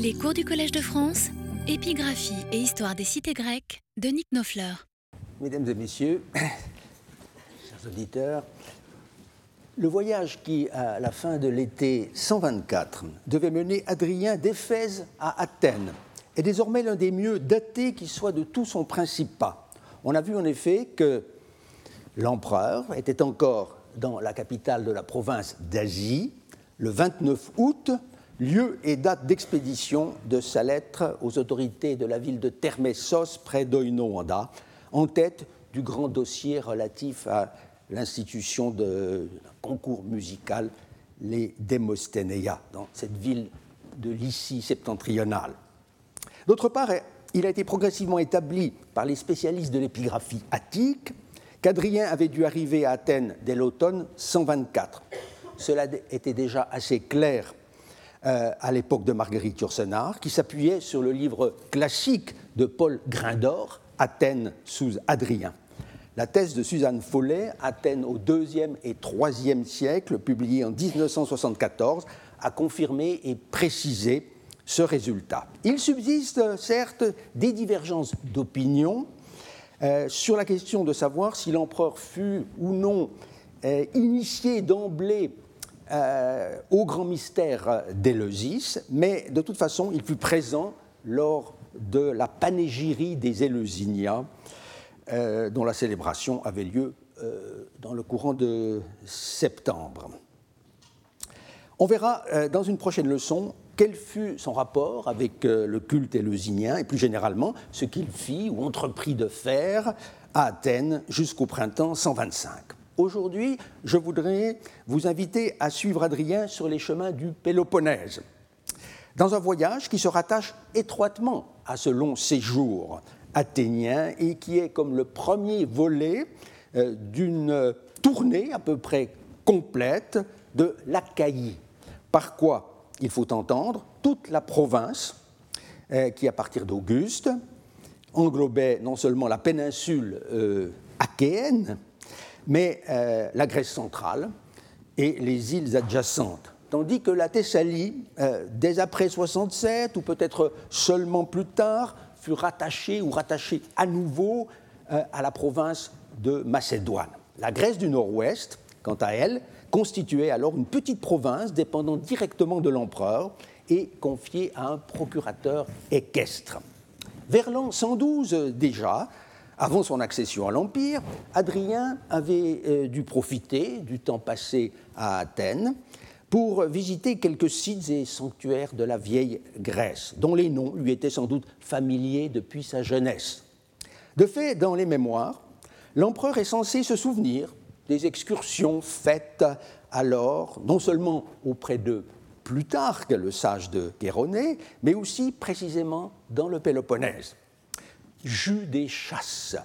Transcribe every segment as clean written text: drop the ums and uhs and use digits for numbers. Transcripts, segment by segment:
Les cours du Collège de France, épigraphie et histoire des cités grecques de Nick Knopfler. Mesdames et messieurs, chers auditeurs, le voyage qui, à la fin de l'été 124, devait mener Hadrien d'Éphèse à Athènes est désormais l'un des mieux datés qui soit de tout son principat. On a vu en effet que l'empereur était encore dans la capitale de la province d'Asie le 29 août, lieu et date d'expédition de sa lettre aux autorités de la ville de Thermessos près d'Oinoanda, en tête du grand dossier relatif à l'institution d'un concours musical, les Démosthenéia, dans cette ville de Lycie septentrionale. D'autre part, il a été progressivement établi par les spécialistes de l'épigraphie attique qu'Hadrien avait dû arriver à Athènes dès l'automne 124. Cela était déjà assez clair à l'époque de Marguerite Yourcenar, qui s'appuyait sur le livre classique de Paul Grindor, Athènes sous Hadrien. La thèse de Suzanne Follet, Athènes au IIe et IIIe siècle, publiée en 1974, a confirmé et précisé ce résultat. Il subsiste certes des divergences d'opinion sur la question de savoir si l'empereur fut ou non initié d'emblée au grand mystère d'Éleusis, mais de toute façon, il fut présent lors de la panégyrie des Éleusinia, dont la célébration avait lieu dans le courant de septembre. On verra dans une prochaine leçon quel fut son rapport avec le culte éleusinien et plus généralement ce qu'il fit ou entreprit de faire à Athènes jusqu'au printemps 125. Aujourd'hui, je voudrais vous inviter à suivre Hadrien sur les chemins du Péloponnèse, dans un voyage qui se rattache étroitement à ce long séjour athénien et qui est comme le premier volet d'une tournée à peu près complète de l'Achaïe. Par quoi il faut entendre toute la province qui, à partir d'Auguste, englobait non seulement la péninsule achéenne, mais la Grèce centrale et les îles adjacentes. Tandis que la Thessalie, dès après 67, ou peut-être seulement plus tard, fut rattachée à nouveau à la province de Macédoine. La Grèce du Nord-Ouest, quant à elle, constituait alors une petite province dépendant directement de l'empereur et confiée à un procurateur équestre. Vers l'an 112 déjà, avant son accession à l'Empire, Hadrien avait dû profiter du temps passé à Athènes pour visiter quelques sites et sanctuaires de la vieille Grèce, dont les noms lui étaient sans doute familiers depuis sa jeunesse. De fait, dans les mémoires, l'empereur est censé se souvenir des excursions faites alors, non seulement auprès de Plutarque, le sage de Chéronée, mais aussi précisément dans le Péloponnèse. J'eus des chasses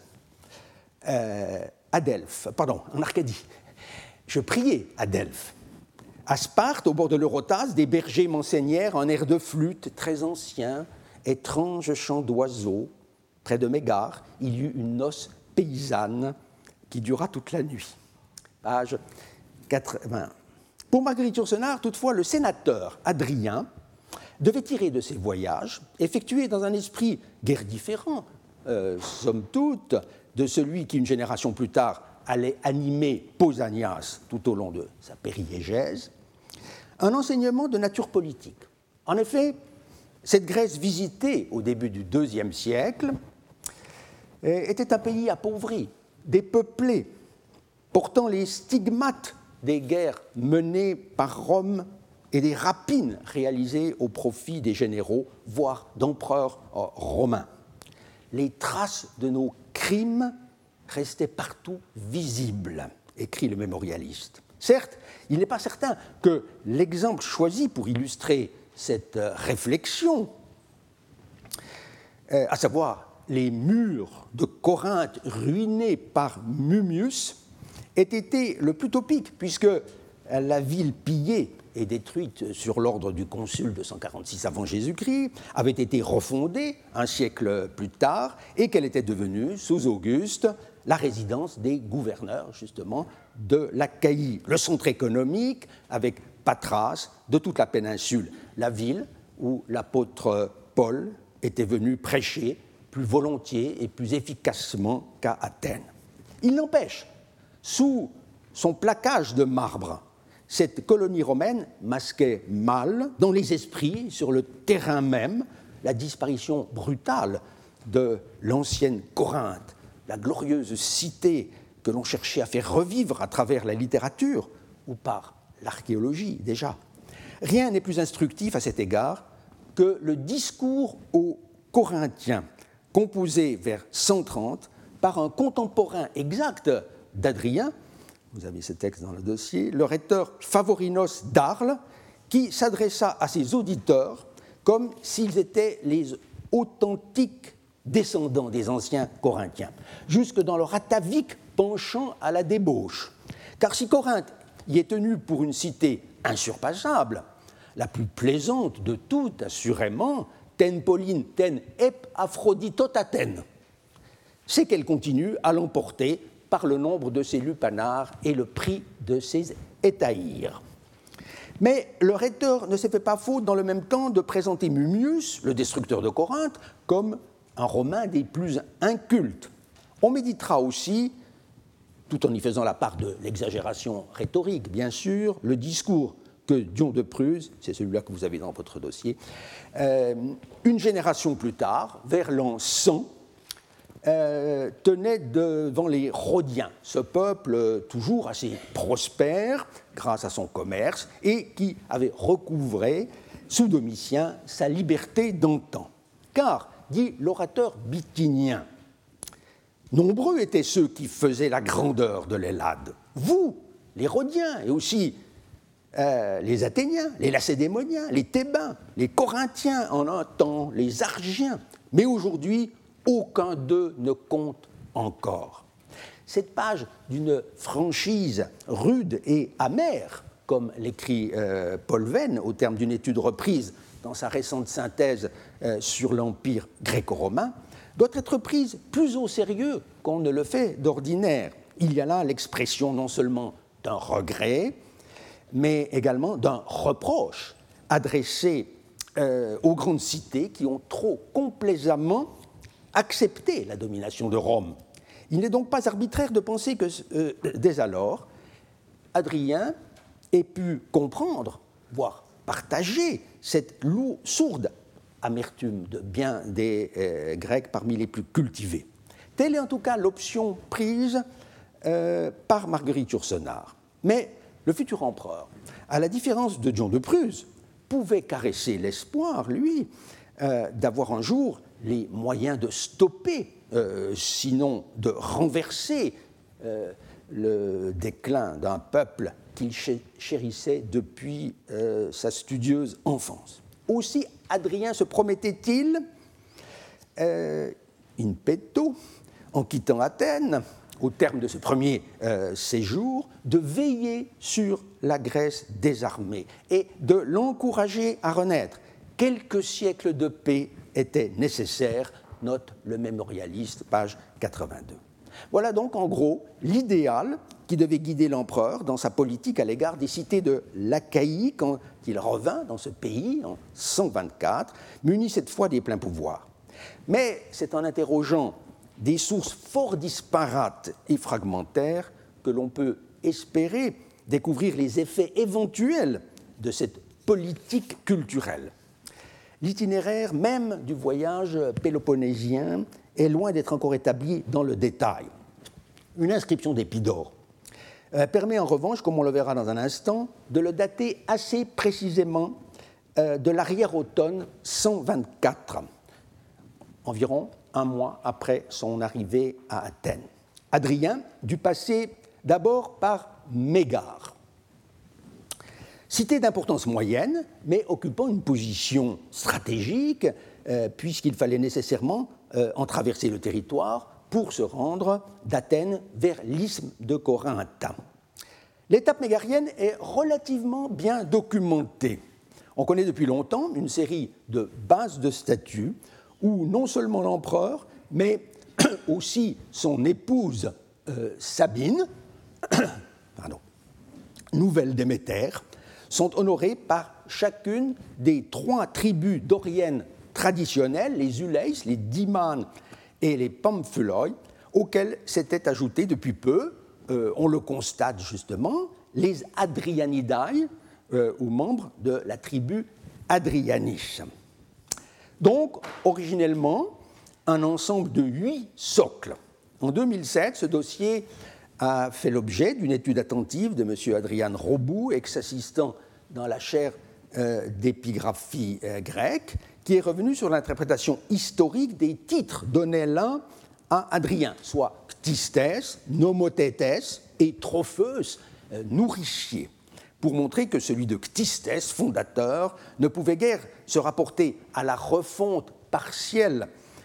à Delphes, en Arcadie. Je priais à Delphes. À Sparte, au bord de l'Eurotas, des bergers m'enseignèrent un air de flûte très ancien, étrange chant d'oiseaux. Près de Mégare, il y eut une noce paysanne qui dura toute la nuit. Page 80. Pour Marguerite Yourcenar, toutefois, le sénateur Hadrien devait tirer de ses voyages, effectués dans un esprit guère différent, somme toute, de celui qui, une génération plus tard, allait animer Pausanias tout au long de sa périégèse, un enseignement de nature politique. En effet, cette Grèce visitée au début du IIe siècle était un pays appauvri, dépeuplé, portant les stigmates des guerres menées par Rome et des rapines réalisées au profit des généraux, voire d'empereurs romains. Les traces de nos crimes restaient partout visibles, écrit le mémorialiste. Certes, il n'est pas certain que l'exemple choisi pour illustrer cette réflexion, à savoir les murs de Corinthe ruinés par Mummius, ait été le plus topique, puisque la ville pillée et détruite sur l'ordre du consul de 146 avant Jésus-Christ, avait été refondée un siècle plus tard et qu'elle était devenue, sous Auguste, la résidence des gouverneurs, justement, de l'Achaïe, le centre économique, avec Patras, de toute la péninsule. La ville où l'apôtre Paul était venu prêcher plus volontiers et plus efficacement qu'à Athènes. Il n'empêche, sous son plaquage de marbre, cette colonie romaine masquait mal, dans les esprits, sur le terrain même, la disparition brutale de l'ancienne Corinthe, la glorieuse cité que l'on cherchait à faire revivre à travers la littérature ou par l'archéologie déjà. Rien n'est plus instructif à cet égard que le discours aux Corinthiens, composé vers 130 par un contemporain exact d'Adrien, vous avez ce texte dans le dossier, le rhéteur Favorinos d'Arles, qui s'adressa à ses auditeurs comme s'ils étaient les authentiques descendants des anciens Corinthiens, jusque dans leur atavique penchant à la débauche. Car si Corinthe y est tenue pour une cité insurpassable, la plus plaisante de toutes, assurément, ten Pauline, ten ep Aphroditote Athènes, c'est qu'elle continue à l'emporter par le nombre de ses lupanars et le prix de ses hétaïres. Mais le rhéteur ne s'est fait pas faute dans le même temps de présenter Mummius, le destructeur de Corinthe, comme un Romain des plus incultes. On méditera aussi, tout en y faisant la part de l'exagération rhétorique, bien sûr, le discours que Dion de Prusse, c'est celui-là que vous avez dans votre dossier, une génération plus tard, vers l'an 100, tenait devant les Rhodiens, ce peuple toujours assez prospère grâce à son commerce et qui avait recouvré sous Domitien sa liberté d'antan. Car, dit l'orateur bitynien, nombreux étaient ceux qui faisaient la grandeur de l'Hellade. Vous, les Rhodiens, et aussi les Athéniens, les Lacédémoniens, les Thébains, les Corinthiens en un temps, les Argiens. Mais aujourd'hui, aucun d'eux ne compte encore. Cette page d'une franchise rude et amère, comme l'écrit Paul Venn au terme d'une étude reprise dans sa récente synthèse sur l'Empire gréco-romain, doit être prise plus au sérieux qu'on ne le fait d'ordinaire. Il y a là l'expression non seulement d'un regret, mais également d'un reproche adressé aux grandes cités qui ont trop complaisamment accepté la domination de Rome. Il n'est donc pas arbitraire de penser que, dès alors, Adrien ait pu comprendre, voire partager, cette sourde amertume de bien des Grecs parmi les plus cultivés. Telle est en tout cas l'option prise par Marguerite Yourcenar. Mais le futur empereur, à la différence de Dion de Prusse, pouvait caresser l'espoir, lui, d'avoir un jour les moyens de stopper, sinon de renverser le déclin d'un peuple qu'il chérissait depuis sa studieuse enfance. Aussi, Adrien se promettait-il, in petto, en quittant Athènes, au terme de ce premier séjour, de veiller sur la Grèce désarmée et de l'encourager à renaître. Quelques siècles de paix étaient nécessaires, note le mémorialiste, page 82. Voilà donc en gros l'idéal qui devait guider l'empereur dans sa politique à l'égard des cités de l'Achaïe quand il revint dans ce pays en 124, muni cette fois des pleins pouvoirs. Mais c'est en interrogeant des sources fort disparates et fragmentaires que l'on peut espérer découvrir les effets éventuels de cette politique culturelle. L'itinéraire même du voyage péloponnésien est loin d'être encore établi dans le détail. Une inscription d'Épidore permet en revanche, comme on le verra dans un instant, de le dater assez précisément de l'arrière-automne 124, environ un mois après son arrivée à Athènes. Adrien dut passer d'abord par Mégare, cité d'importance moyenne, mais occupant une position stratégique, puisqu'il fallait nécessairement en traverser le territoire pour se rendre d'Athènes vers l'isthme de Corinthe. L'étape mégarienne est relativement bien documentée. On connaît depuis longtemps une série de bases de statuts où non seulement l'empereur, mais aussi son épouse Sabine, nouvelle Déméter, sont honorés par chacune des 3 tribus doriennes traditionnelles, les Uleis, les Dimans et les Pamphuloi, auxquels s'étaient ajoutés depuis peu, on le constate justement, les Adrianidae, ou membres de la tribu Adrianis. Donc, originellement, un ensemble de 8 socles. En 2007, ce dossier a fait l'objet d'une étude attentive de M. Adrian Roboux, ex-assistant dans la chaire d'épigraphie grecque, qui est revenu sur l'interprétation historique des titres donnés l'un à Adrien, soit Ctistes, Nomotétès et Tropheus, nourricier, pour montrer que celui de Ctistes, fondateur, ne pouvait guère se rapporter à la refonte partielle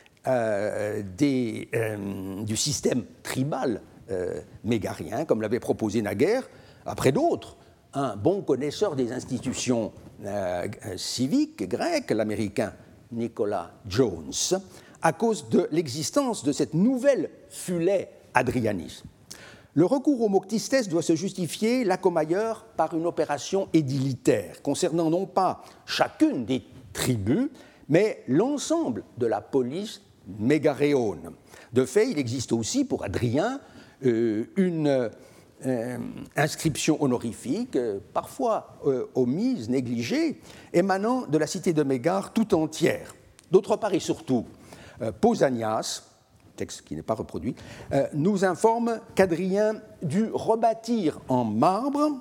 du système tribal mégarien, comme l'avait proposé naguère, après d'autres, un bon connaisseur des institutions civiques grecques, l'américain Nicolas Jones, à cause de l'existence de cette nouvelle Phulée Adrianis. Le recours au mot Ctistes doit se justifier, là comme ailleurs, par une opération édilitaire, concernant non pas chacune des tribus, mais l'ensemble de la polis mégaréone. De fait, il existe aussi pour Adrien une inscription honorifique, parfois omise, négligée, émanant de la cité de Mégare tout entière. D'autre part et surtout, Pausanias, texte qui n'est pas reproduit, nous informe qu'Adrien dut rebâtir en marbre,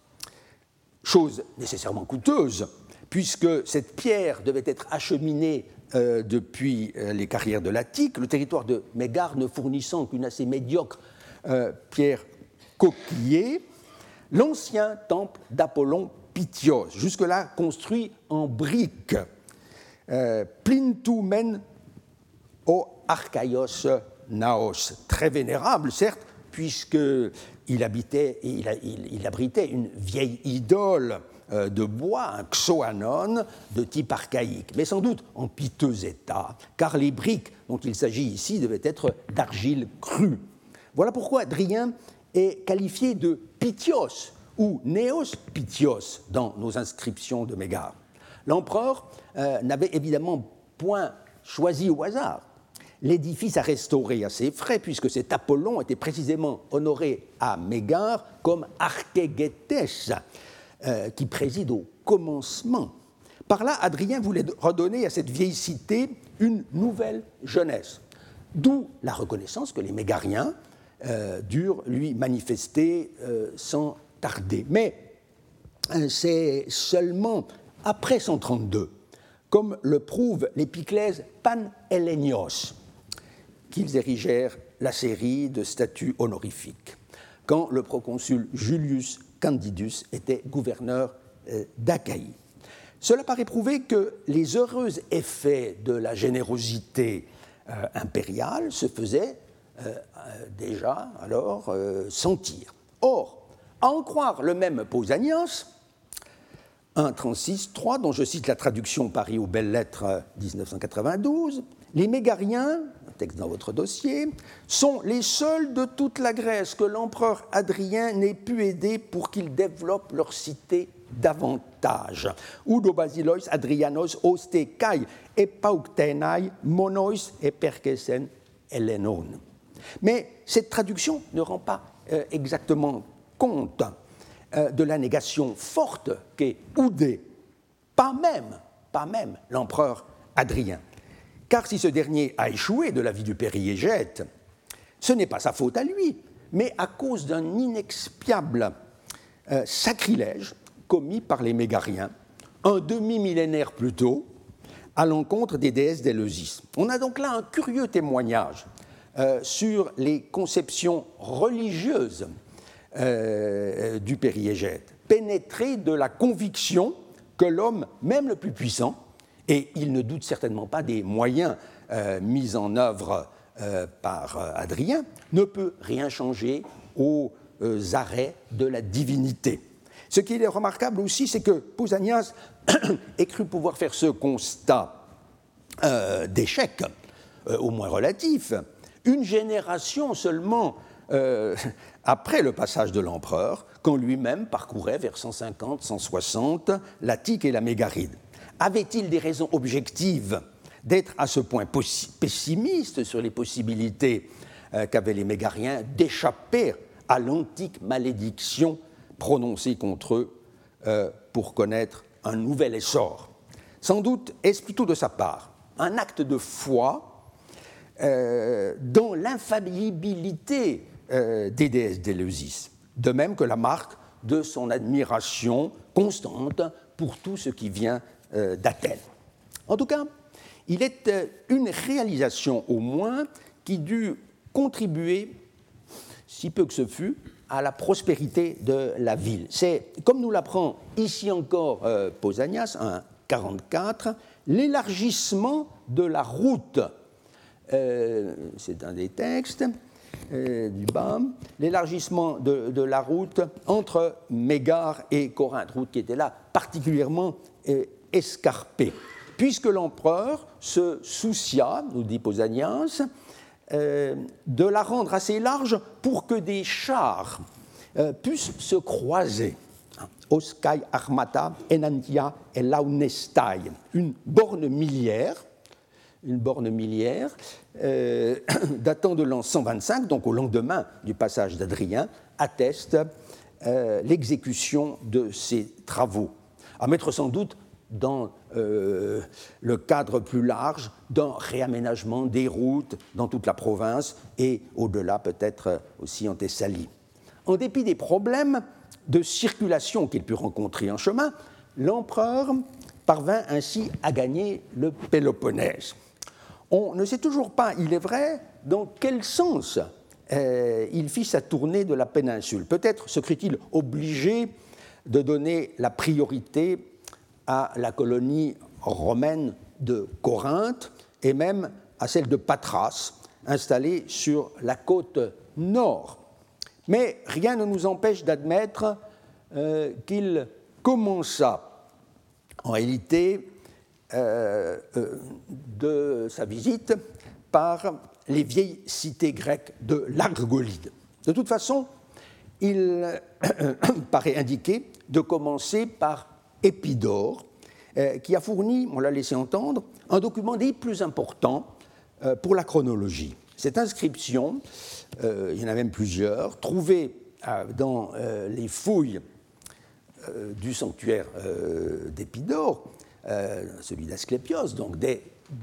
chose nécessairement coûteuse, puisque cette pierre devait être acheminée depuis les carrières de l'Attique, le territoire de Mégare ne fournissant qu'une assez médiocre pierre coquillée, l'ancien temple d'Apollon Pythios, jusque-là construit en briques, plintumen o archaios naos, très vénérable certes, puisqu'il abritait une vieille idole de bois, un xoanon de type archaïque, mais sans doute en piteux état, car les briques dont il s'agit ici devaient être d'argile crue. Voilà pourquoi Adrien est qualifié de Pythios ou Néos Pythios dans nos inscriptions de Mégare. L'empereur n'avait évidemment point choisi au hasard l'édifice à restaurer à ses frais, puisque cet Apollon était précisément honoré à Mégare comme archégétès, qui préside au commencement. Par là, Adrien voulait redonner à cette vieille cité une nouvelle jeunesse, d'où la reconnaissance que les Mégariens durent lui manifester sans tarder. Mais c'est seulement après 132, comme le prouve l'épiclèse Pan-Hellénios, qu'ils érigèrent la série de statues honorifiques, quand le proconsul Julius Candidus était gouverneur d'Achaïe. Cela paraît prouver que les heureux effets de la générosité impériale se faisaient déjà alors sentir. Or, à en croire le même Pausanias, 1.36.3, dont je cite la traduction Paris aux Belles Lettres 1992, les Mégariens, un texte dans votre dossier, sont les seuls de toute la Grèce que l'empereur Adrien n'ait pu aider pour qu'ils développent leur cité davantage. Udo basilois Adrianos oste kai epauktenai monois eperkesen elenon. Mais cette traduction ne rend pas exactement compte de la négation forte qu'est Oudé, pas même l'empereur Adrien. Car si ce dernier a échoué de la vie du périégète, ce n'est pas sa faute à lui, mais à cause d'un inexpiable sacrilège commis par les Mégariens, un demi-millénaire plus tôt, à l'encontre des déesses d'Éleusis. On a donc là un curieux témoignage sur les conceptions religieuses du périégète, pénétré de la conviction que l'homme, même le plus puissant, et il ne doute certainement pas des moyens mis en œuvre par Adrien, ne peut rien changer aux arrêts de la divinité. Ce qui est remarquable aussi, c'est que Pausanias ait cru pouvoir faire ce constat d'échec, au moins relatif, une génération seulement après le passage de l'empereur, quand lui-même parcourait vers 150-160 l'Attique et la Mégaride. Avait-il des raisons objectives d'être à ce point pessimiste sur les possibilités qu'avaient les Mégariens d'échapper à l'antique malédiction prononcée contre eux pour connaître un nouvel essor? Sans doute est-ce plutôt de sa part un acte de foi dans l'infaillibilité des déesses d'Éleusis, de même que la marque de son admiration constante pour tout ce qui vient d'Athènes. En tout cas, il est une réalisation au moins qui dut contribuer, si peu que ce fût, à la prospérité de la ville. C'est, comme nous l'apprend ici encore Pausanias, 1,44, l'élargissement de la route, c'est un des textes du bas, l'élargissement de la route entre Mégare et Corinthe, route qui était là particulièrement escarpée, puisque l'empereur se soucia, nous dit Pausanias, de la rendre assez large pour que des chars puissent se croiser. Oskai armata enantia et launestai, une borne milliaire datant de l'an 125, donc au lendemain du passage d'Adrien, atteste l'exécution de ces travaux, à mettre sans doute dans le cadre plus large d'un réaménagement des routes dans toute la province et au-delà peut-être aussi en Thessalie. En dépit des problèmes de circulation qu'il put rencontrer en chemin, l'empereur parvint ainsi à gagner le Péloponnèse. On ne sait toujours pas, il est vrai, dans quel sens il fit sa tournée de la péninsule. Peut-être se crut-il obligé de donner la priorité à la colonie romaine de Corinthe et même à celle de Patras, installée sur la côte nord. Mais rien ne nous empêche d'admettre qu'il commença en réalité de sa visite par les vieilles cités grecques de l'Argolide. De toute façon, il paraît indiqué de commencer par Épidore, qui a fourni, on l'a laissé entendre, un document des plus importants pour la chronologie. Cette inscription, il y en a même plusieurs, trouvée dans les fouilles du sanctuaire d'Épidore, celui d'Asclépios, donc dès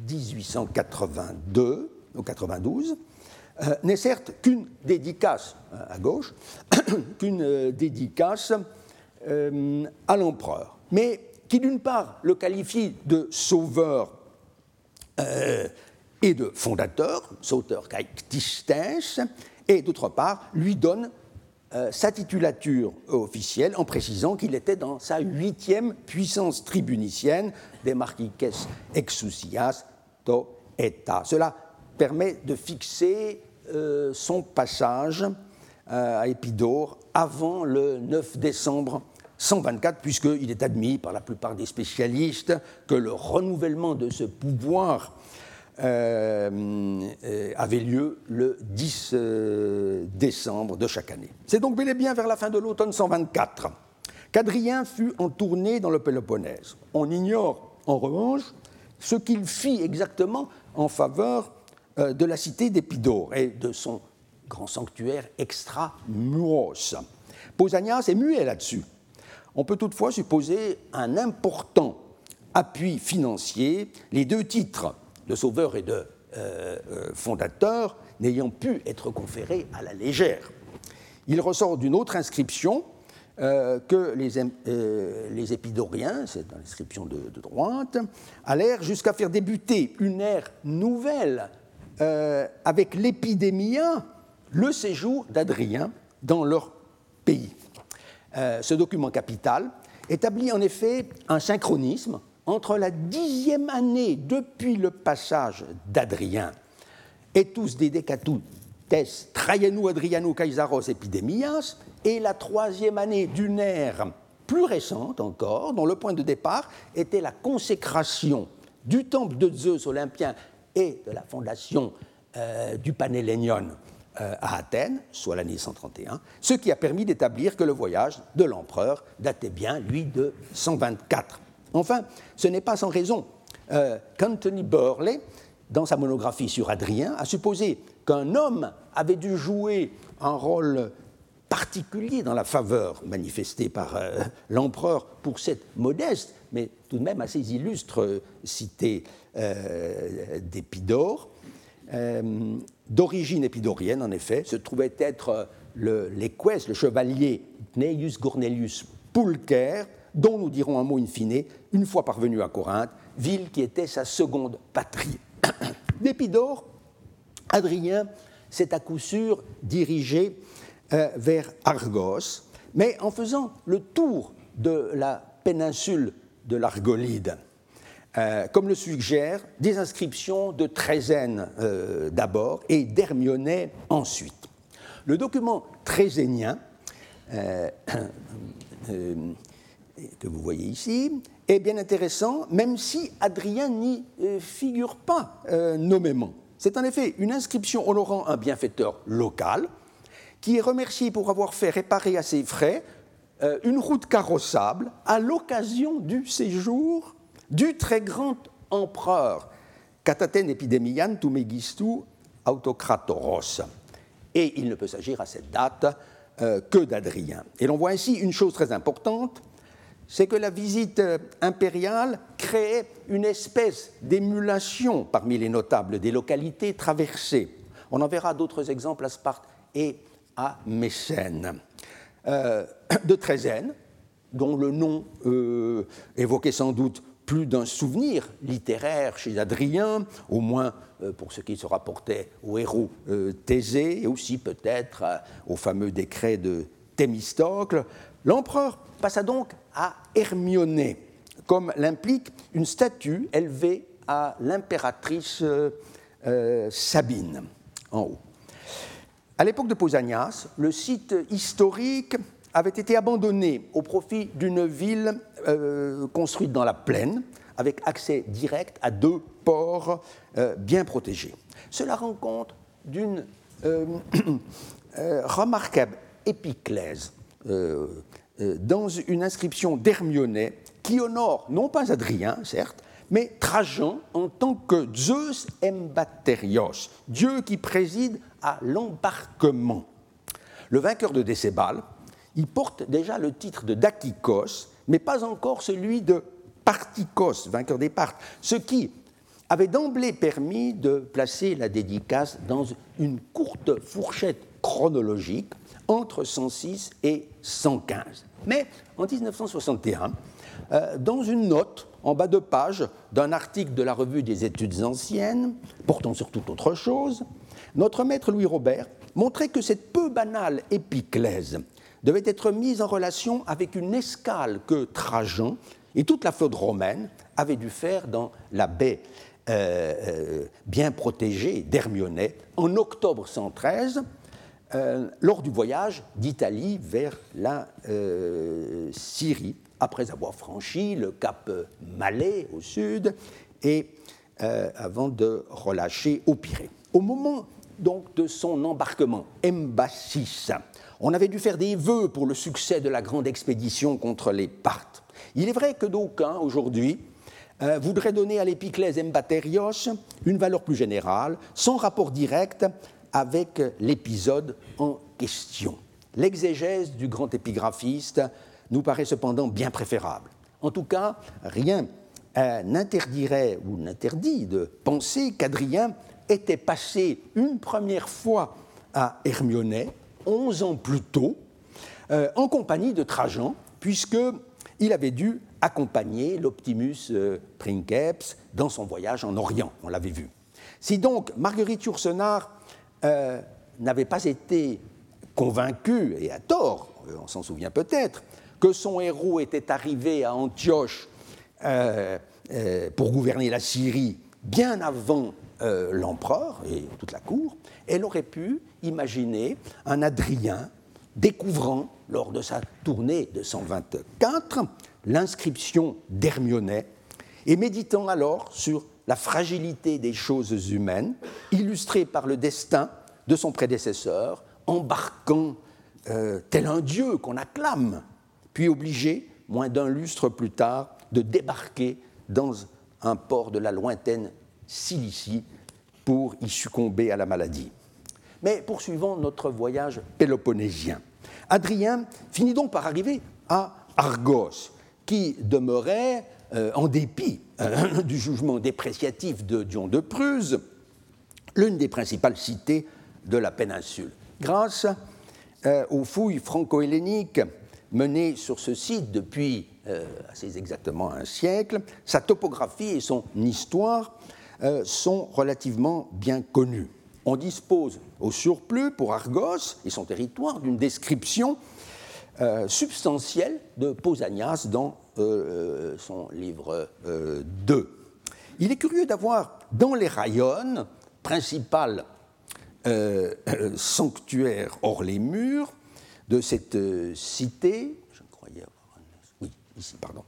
1882 ou 92, n'est certes qu'une dédicace, à gauche, qu'une dédicace à l'empereur, mais qui d'une part le qualifie de sauveur et de fondateur, sauteur caectistes, et d'autre part lui donne sa titulature officielle en précisant qu'il était dans sa 8e puissance tribunicienne des marquiques exousias to eta. Cela permet de fixer son passage à Épidore avant le 9 décembre 124, puisqu'il est admis par la plupart des spécialistes que le renouvellement de ce pouvoir avait lieu le 10 décembre de chaque année. C'est donc bel et bien vers la fin de l'automne 124 qu'Adrien fut en tournée dans le Péloponnèse. On ignore en revanche ce qu'il fit exactement en faveur de la cité d'Épidore et de son grand sanctuaire extra-muros. Pausanias est muet là-dessus. On peut toutefois supposer un important appui financier, les deux titres de sauveur et de fondateur n'ayant pu être conférés à la légère. Il ressort d'une autre inscription que les Épidoriens, c'est dans l'inscription de droite, allèrent jusqu'à faire débuter une ère nouvelle avec l'épidémia, le séjour d'Adrien dans leur pays. Ce document capital établit en effet un synchronisme entre la 10e année depuis le passage d'Adrien, etus dedecatutes Traianu Adrianu Caesaros Epidemias, et la 3e année d'une ère plus récente encore, dont le point de départ était la consécration du temple de Zeus olympien et de la fondation du Panhellénion à Athènes, soit l'année 131, ce qui a permis d'établir que le voyage de l'empereur datait bien, lui, de 124. Enfin, ce n'est pas sans raison qu'Anthony Burley, dans sa monographie sur Hadrien, a supposé qu'un homme avait dû jouer un rôle particulier dans la faveur manifestée par l'empereur pour cette modeste, mais tout de même assez illustre cité d'Épidore. D'origine épidorienne, en effet, se trouvait être l'équestre, le chevalier Cneius Cornelius Pulcher, dont nous dirons un mot in fine, une fois parvenu à Corinthe, ville qui était sa seconde patrie. D'Épidore, Hadrien s'est à coup sûr dirigé vers Argos, mais en faisant le tour de la péninsule de l'Argolide, comme le suggèrent des inscriptions de Trézène d'abord et d'Hermionais ensuite. Le document trézénien, que vous voyez ici, est bien intéressant, même si Hadrien n'y figure pas nommément. C'est en effet une inscription honorant un bienfaiteur local qui est remercié pour avoir fait réparer à ses frais une route carrossable à l'occasion du séjour du très grand empereur Kataten epidemian tu megistu autokratoros. Et il ne peut s'agir à cette date que d'Hadrien. Et l'on voit ainsi une chose très importante, c'est que la visite impériale créait une espèce d'émulation parmi les notables des localités traversées. On en verra d'autres exemples à Sparte et à Mécène. De Trézène, dont le nom évoquait sans doute plus d'un souvenir littéraire chez Hadrien, au moins pour ce qui se rapportait au héros Thésée, et aussi peut-être au fameux décret de Thémistocle, l'empereur passa donc à Hermionée, comme l'implique une statue élevée à l'impératrice Sabine, en haut. À l'époque de Pausanias, le site historique avait été abandonné au profit d'une ville construite dans la plaine, avec accès direct à 2 ports bien protégés. Cela rend compte d'une remarquable épiclèse dans une inscription d'Hermionais qui honore non pas Hadrien, certes, mais Trajan en tant que Zeus Embaterios, Dieu qui préside à l'embarquement. Le vainqueur de Décébal, il porte déjà le titre de Dacikos, mais pas encore celui de Partikos, vainqueur des Parthes, ce qui avait d'emblée permis de placer la dédicace dans une courte fourchette chronologique entre 106 et 115. Mais en 1961, dans une note en bas de page d'un article de la Revue des études anciennes, portant sur toute autre chose, notre maître Louis Robert montrait que cette peu banale épiclèse devait être mise en relation avec une escale que Trajan et toute la flotte romaine avaient dû faire dans la baie bien protégée d'Hermionais en octobre 113, lors du voyage d'Italie vers la Syrie, après avoir franchi le cap Malais au sud et avant de relâcher au Pirée. Au moment donc de son embarquement, Mbassis, on avait dû faire des vœux pour le succès de la grande expédition contre les Parthes. Il est vrai que d'aucuns, aujourd'hui, voudraient donner à l'épiclèse Embaterios une valeur plus générale, sans rapport direct avec l'épisode en question. L'exégèse du grand épigraphiste nous paraît cependant bien préférable. En tout cas, rien n'interdirait ou n'interdit de penser qu'Hadrien était passé une première fois à Hermionais, 11 ans plus tôt, en compagnie de Trajan, puisqu'il avait dû accompagner l'Optimus Princeps dans son voyage en Orient, on l'avait vu. Si donc Marguerite Yourcenar n'avait pas été convaincue, et à tort, on s'en souvient peut-être, que son héros était arrivé à Antioche pour gouverner la Syrie bien avant l'empereur et toute la cour, elle aurait pu imaginer un Hadrien découvrant, lors de sa tournée de 124, l'inscription d'Hermionais et méditant alors sur la fragilité des choses humaines, illustrée par le destin de son prédécesseur, embarquant tel un dieu qu'on acclame, puis obligé, moins d'un lustre plus tard, de débarquer dans un port de la lointaine Cilicie pour y succomber à la maladie. Mais poursuivons notre voyage péloponnésien. Adrien finit donc par arriver à Argos, qui demeurait, en dépit du jugement dépréciatif de Dion de Prusse, l'une des principales cités de la péninsule. Grâce aux fouilles franco-helléniques menées sur ce site depuis assez exactement un siècle, sa topographie et son histoire sont relativement bien connues. On dispose au surplus pour Argos et son territoire d'une description substantielle de Pausanias dans son livre 2. Il est curieux d'avoir dans les raïons, principal sanctuaire hors les murs de cette cité, je croyais avoir oui, ici, pardon,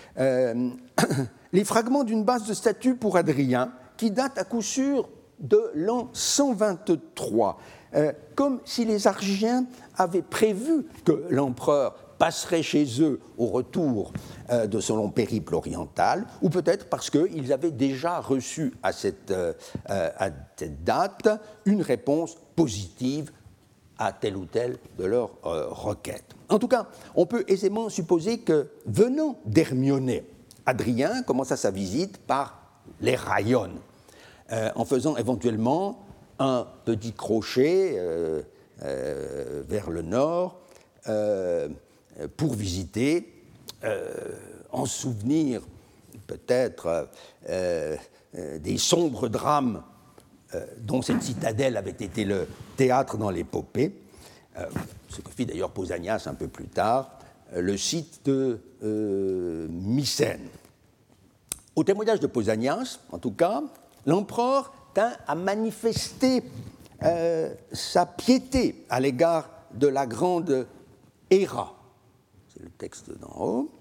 les fragments d'une base de statue pour Adrien qui date à coup sûr de l'an 123, comme si les Argiens avaient prévu que l'empereur passerait chez eux au retour de son long périple oriental, ou peut-être parce qu'ils avaient déjà reçu à cette date une réponse positive à telle ou telle de leurs requêtes. En tout cas, on peut aisément supposer que, venant d'Hermione, Adrien commença sa visite par les raïons, en faisant éventuellement un petit crochet vers le nord pour visiter, en souvenir peut-être des sombres drames dont cette citadelle avait été le théâtre dans l'épopée, ce que fit d'ailleurs Pausanias un peu plus tard, le site de Mycène. Au témoignage de Pausanias, en tout cas, l'empereur tint à manifester sa piété à l'égard de la grande Héra. C'est le texte d'en haut.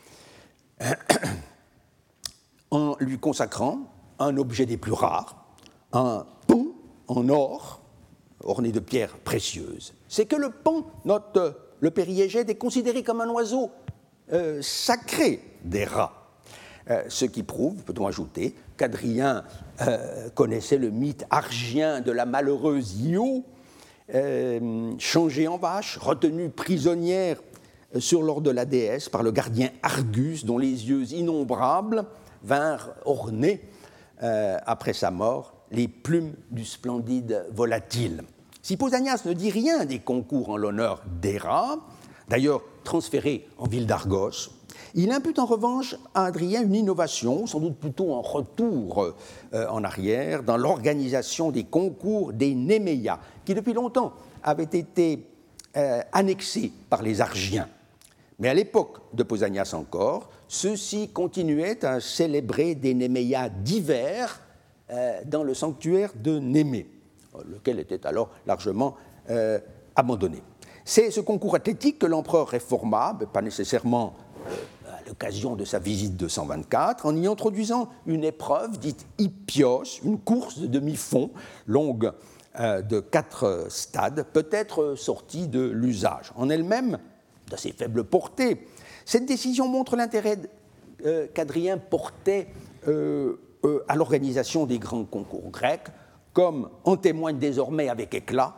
En lui consacrant un objet des plus rares, un pont en or orné de pierres précieuses. C'est que le pont, note le Périégède, est considéré comme un oiseau sacré des rats. Ce qui prouve, peut-on ajouter, qu'Adrien connaissait le mythe argien de la malheureuse Io, changée en vache, retenue prisonnière sur l'ordre de la déesse par le gardien Argus, dont les yeux innombrables vinrent orner, après sa mort, les plumes du splendide volatile. Si Pausanias ne dit rien des concours en l'honneur d'Héra, d'ailleurs transféré en ville d'Argos, il impute en revanche à Adrien une innovation, sans doute plutôt un retour en arrière, dans l'organisation des concours des Néméias, qui depuis longtemps avaient été annexés par les Argiens. Mais à l'époque de Pausanias encore, ceux-ci continuaient à célébrer des Néméias divers dans le sanctuaire de Némée, lequel était alors largement abandonné. C'est ce concours athlétique que l'empereur réforma, mais pas nécessairement à l'occasion de sa visite de 124, en y introduisant une épreuve dite hippios, une course de demi-fond longue de 4 stades, peut être sortie de l'usage. En elle-même, d'assez faible portée, cette décision montre l'intérêt qu'Adrien portait à l'organisation des grands concours grecs, comme en témoigne désormais avec éclat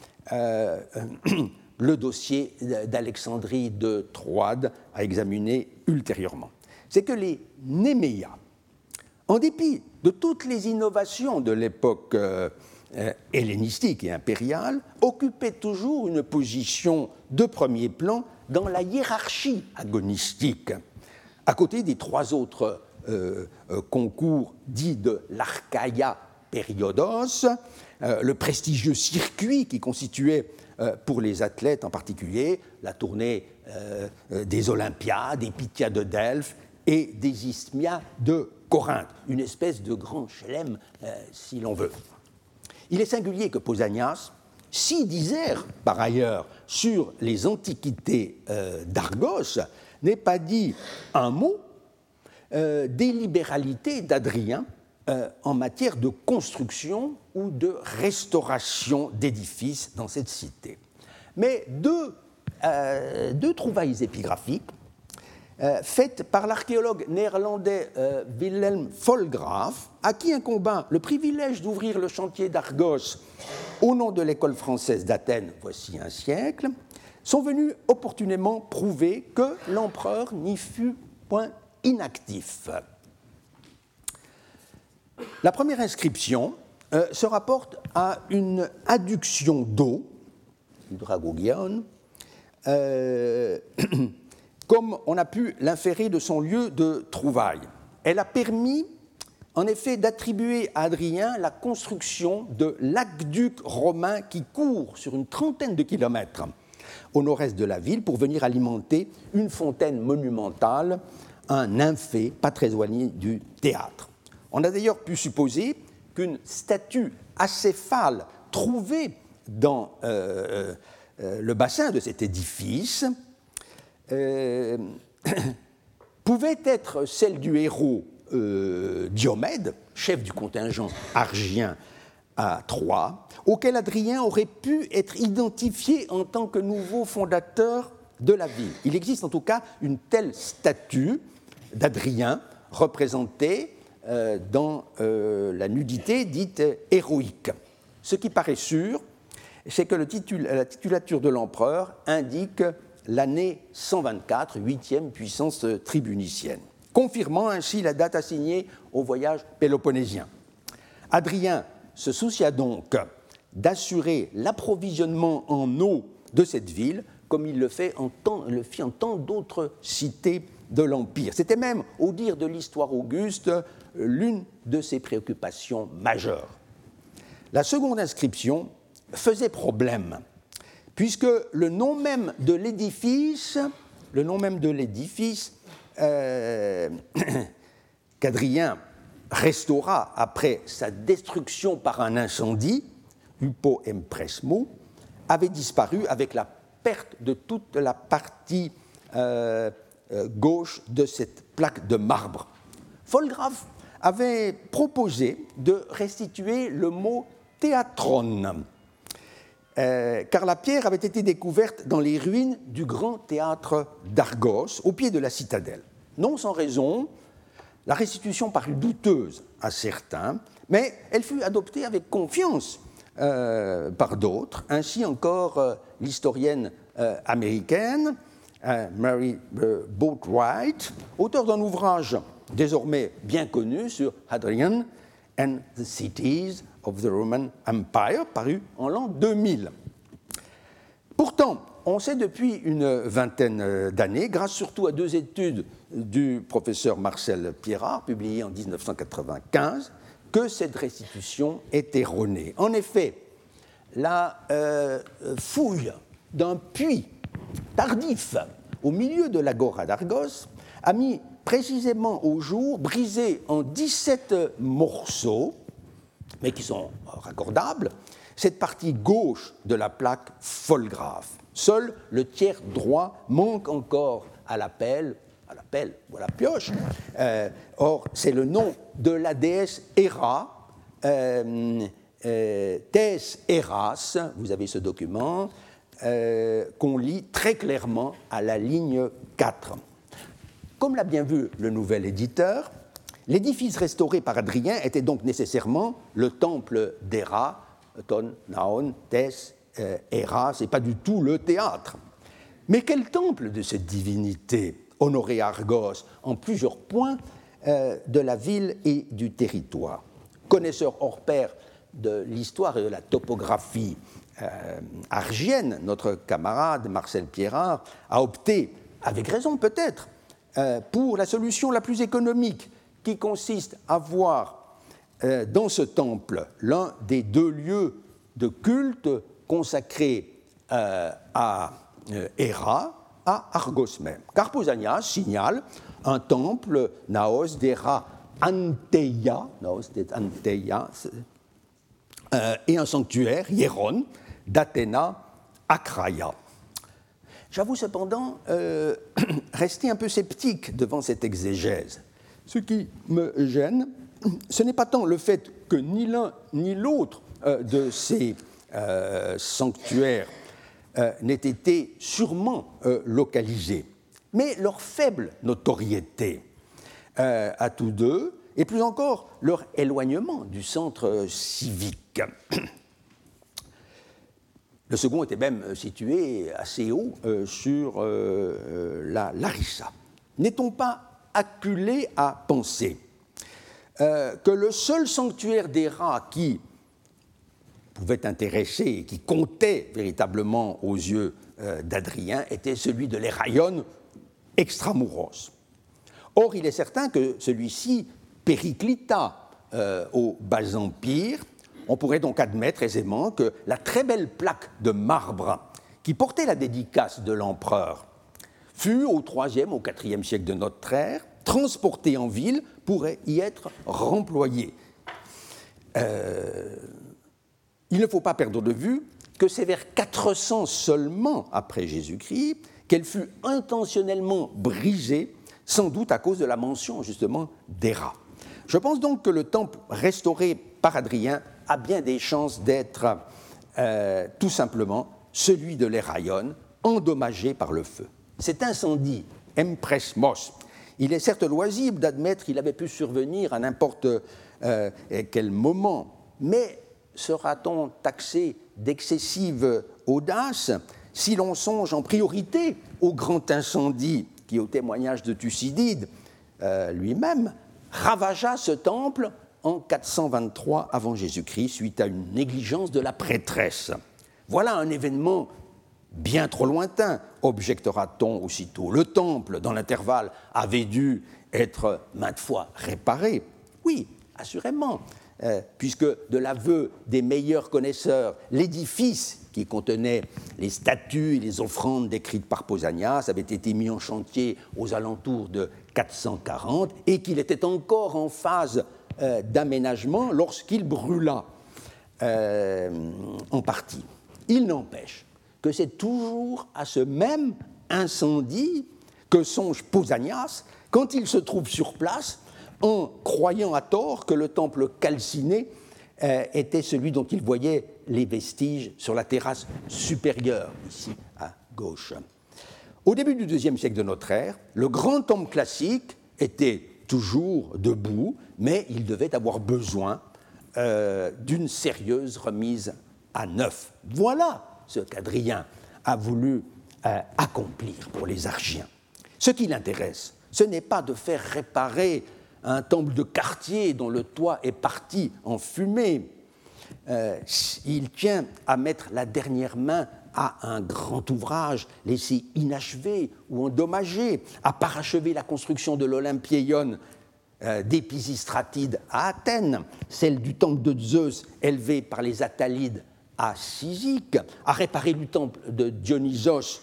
le dossier d'Alexandrie de Troade à examiner ultérieurement. C'est que les Néméias, en dépit de toutes les innovations de l'époque hellénistique et impériale, occupaient toujours une position de premier plan dans la hiérarchie agonistique, à côté des 3 autres concours dits de l'Archaia Periodos, le prestigieux circuit qui constituait pour les athlètes en particulier la tournée des Olympiades, des Pythias de Delphes et des Isthmias de Corinthe, une espèce de grand chelem si l'on veut. Il est singulier que Pausanias, si disert par ailleurs sur les antiquités d'Argos, n'ait pas dit un mot des libéralités d'Adrien en matière de construction ou de restauration d'édifices dans cette cité. Mais deux trouvailles épigraphiques faites par l'archéologue néerlandais Wilhelm Vollgraaf, à qui incomba le privilège d'ouvrir le chantier d'Argos au nom de l'école française d'Athènes, voici un siècle, sont venus opportunément prouver que l'empereur n'y fut point inactif. La première inscription se rapporte à une adduction d'eau, hydragogion, comme on a pu l'inférer de son lieu de trouvaille. Elle a permis, en effet, d'attribuer à Hadrien la construction de l'aqueduc romain qui court sur une trentaine de kilomètres au nord-est de la ville pour venir alimenter une fontaine monumentale, un nymphée pas très éloigné du théâtre. On a d'ailleurs pu supposer qu'une statue acéphale trouvée dans le bassin de cet édifice pouvait être celle du héros Diomède, chef du contingent argien à Troie, auquel Hadrien aurait pu être identifié en tant que nouveau fondateur de la ville. Il existe en tout cas une telle statue d'Hadrien représentée dans la nudité dite héroïque. Ce qui paraît sûr, c'est que la titulature de l'empereur indique l'année 124, 8e puissance tribunicienne, confirmant ainsi la date assignée au voyage péloponnésien. Hadrien se soucia donc d'assurer l'approvisionnement en eau de cette ville, comme il le fit en tant d'autres cités de l'Empire. C'était même, au dire de l'histoire auguste, l'une de ses préoccupations majeures. La seconde inscription faisait problème, puisque le nom même de l'édifice qu'Hadrien restaura après sa destruction par un incendie, Hypo Empresmo, avait disparu avec la perte de toute la partie gauche de cette plaque de marbre. Vollgraaf avait proposé de restituer le mot théatron, car la pierre avait été découverte dans les ruines du grand théâtre d'Argos, au pied de la citadelle. Non sans raison, la restitution parut douteuse à certains, mais elle fut adoptée avec confiance par d'autres. Ainsi encore, l'historienne américaine Mary Boatwright, auteure d'un ouvrage désormais bien connu sur Hadrian and the Cities of the Roman Empire, paru en l'an 2000. Pourtant, on sait depuis une vingtaine d'années, grâce surtout à deux études du professeur Marcel Pierrard, publiées en 1995, que cette restitution est erronée. En effet, la fouille d'un puits tardif au milieu de l'agora d'Argos a mis précisément au jour, brisé en 17 morceaux, mais qui sont raccordables, cette partie gauche de la plaque Vollgraaf. Seul le tiers droit manque encore à la pelle ou à la pioche. Or, c'est le nom de la déesse Héra, Thès Héras, vous avez ce document, qu'on lit très clairement à la ligne 4. Comme l'a bien vu le nouvel éditeur, l'édifice restauré par Hadrien était donc nécessairement le temple d'Héra, Ton, Naon, Thès, Héras, et pas du tout le théâtre. Mais quel temple de cette divinité honorait Argos en plusieurs points de la ville et du territoire? Connaisseur hors pair de l'histoire et de la topographie argienne, notre camarade Marcel Pierrard a opté, avec raison peut-être, pour la solution la plus économique, qui consiste à voir dans ce temple l'un des deux lieux de culte consacrés à Héra, à Argos même. Car Pausanias signale un temple Naos d'Héra Anteia, et un sanctuaire, Hieron, d'Athéna Acraia. J'avoue cependant rester un peu sceptique devant cette exégèse. Ce qui me gêne, ce n'est pas tant le fait que ni l'un ni l'autre de ces sanctuaires n'ait été sûrement localisé, mais leur faible notoriété à tous deux, et plus encore leur éloignement du centre civique. Le second était même situé assez haut sur la Larissa. N'est-on pas acculé à penser que le seul sanctuaire des rats qui pouvait intéresser, qui comptait véritablement aux yeux d'Adrien, était celui de l'Héraïon extramuros. Or, il est certain que celui-ci périclita au Bas Empire. On pourrait donc admettre aisément que la très belle plaque de marbre qui portait la dédicace de l'empereur fut au IIIe, au IVe siècle de notre ère, transportée en ville pour y être remployée. Il ne faut pas perdre de vue que c'est vers 400 seulement après Jésus-Christ qu'elle fut intentionnellement brisée, sans doute à cause de la mention justement des rats. Je pense donc que le temple restauré par Adrien a bien des chances d'être tout simplement celui de l'Héraïon, endommagé par le feu. Cet incendie, empresmos, il est certes loisible d'admettre qu'il avait pu survenir à n'importe quel moment, mais sera-t-on taxé d'excessive audace si l'on songe en priorité au grand incendie qui, au témoignage de Thucydide lui-même, ravagea ce temple en 423 avant Jésus-Christ suite à une négligence de la prêtresse. Voilà un événement bien trop lointain, objectera-t-on aussitôt. Le temple, dans l'intervalle, avait dû être maintes fois réparé. Oui, assurément, puisque de l'aveu des meilleurs connaisseurs, l'édifice qui contenait les statues et les offrandes décrites par Pausanias avait été mis en chantier aux alentours de 440 et qu'il était encore en phase d'aménagement lorsqu'il brûla en partie. Il n'empêche que c'est toujours à ce même incendie que songe Pausanias quand il se trouve sur place en croyant à tort que le temple calciné était celui dont il voyait les vestiges sur la terrasse supérieure, ici à gauche. Au début du IIe siècle de notre ère, le grand temple classique était toujours debout, mais il devait avoir besoin d'une sérieuse remise à neuf. Voilà ce qu'Adrien a voulu accomplir pour les Argiens. Ce qui l'intéresse, ce n'est pas de faire réparer un temple de quartier dont le toit est parti en fumée. Il tient à mettre la dernière main à un grand ouvrage laissé inachevé ou endommagé, à parachever la construction de l'Olympieion d'Épisistratide à Athènes, celle du temple de Zeus élevé par les Attalides à Cyzique, à réparer le temple de Dionysos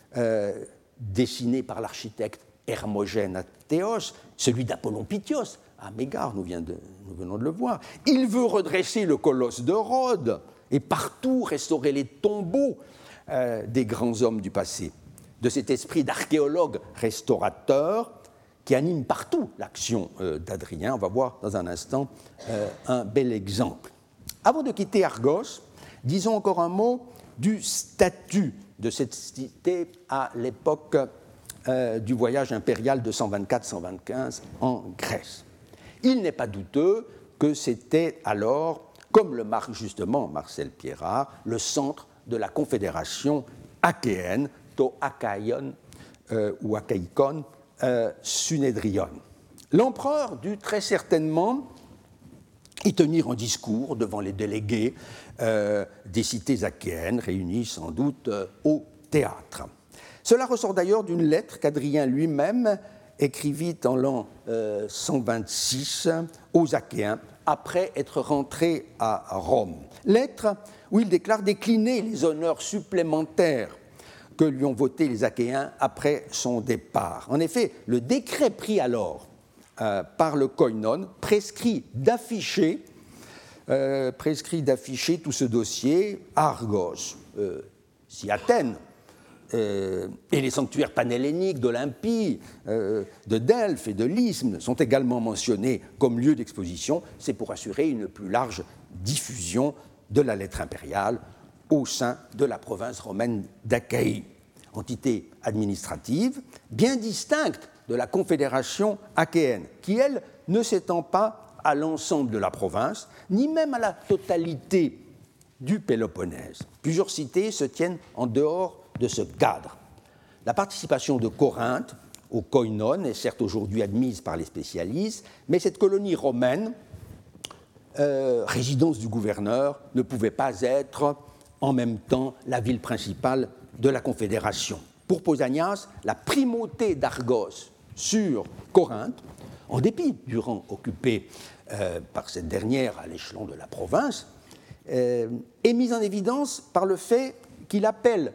dessiné par l'architecte Hermogène à Théos, celui d'Apollon Pythios à Mégare, nous venons de le voir. Il veut redresser le colosse de Rhodes et partout restaurer les tombeaux des grands hommes du passé. De cet esprit d'archéologue restaurateur qui anime partout l'action d'Adrien, on va voir dans un instant un bel exemple. Avant de quitter Argos, disons encore un mot du statut de cette cité à l'époque du voyage impérial de 124-125 en Grèce. Il n'est pas douteux que c'était alors, comme le marque justement Marcel Pierrat, le centre de la confédération achéenne, to Achaïon ou Achaïkon Sunédrion. L'empereur dut très certainement y tenir un discours devant les délégués des cités achéennes, réunis sans doute au théâtre. Cela ressort d'ailleurs d'une lettre qu'Adrien lui-même écrivit en l'an 126 aux Achéens après être rentré à Rome. Lettre où il déclare décliner les honneurs supplémentaires que lui ont votés les Achéens après son départ. En effet, le décret pris alors par le koinon prescrit d'afficher tout ce dossier à Argos. Si Athènes et les sanctuaires panhelléniques d'Olympie, de Delphes et de l'Isthme sont également mentionnés comme lieux d'exposition. C'est pour assurer une plus large diffusion de la lettre impériale au sein de la province romaine d'Achaïe, entité administrative bien distincte de la confédération achéenne, qui, elle, ne s'étend pas à l'ensemble de la province, ni même à la totalité du Péloponnèse. Plusieurs cités se tiennent en dehors de ce cadre. La participation de Corinthe au koinon est certes aujourd'hui admise par les spécialistes, mais cette colonie romaine, résidence du gouverneur, ne pouvait pas être en même temps la ville principale de la Confédération. Pour Pausanias, la primauté d'Argos sur Corinthe, en dépit du rang occupé par cette dernière à l'échelon de la province, est mise en évidence par le fait qu'il appelle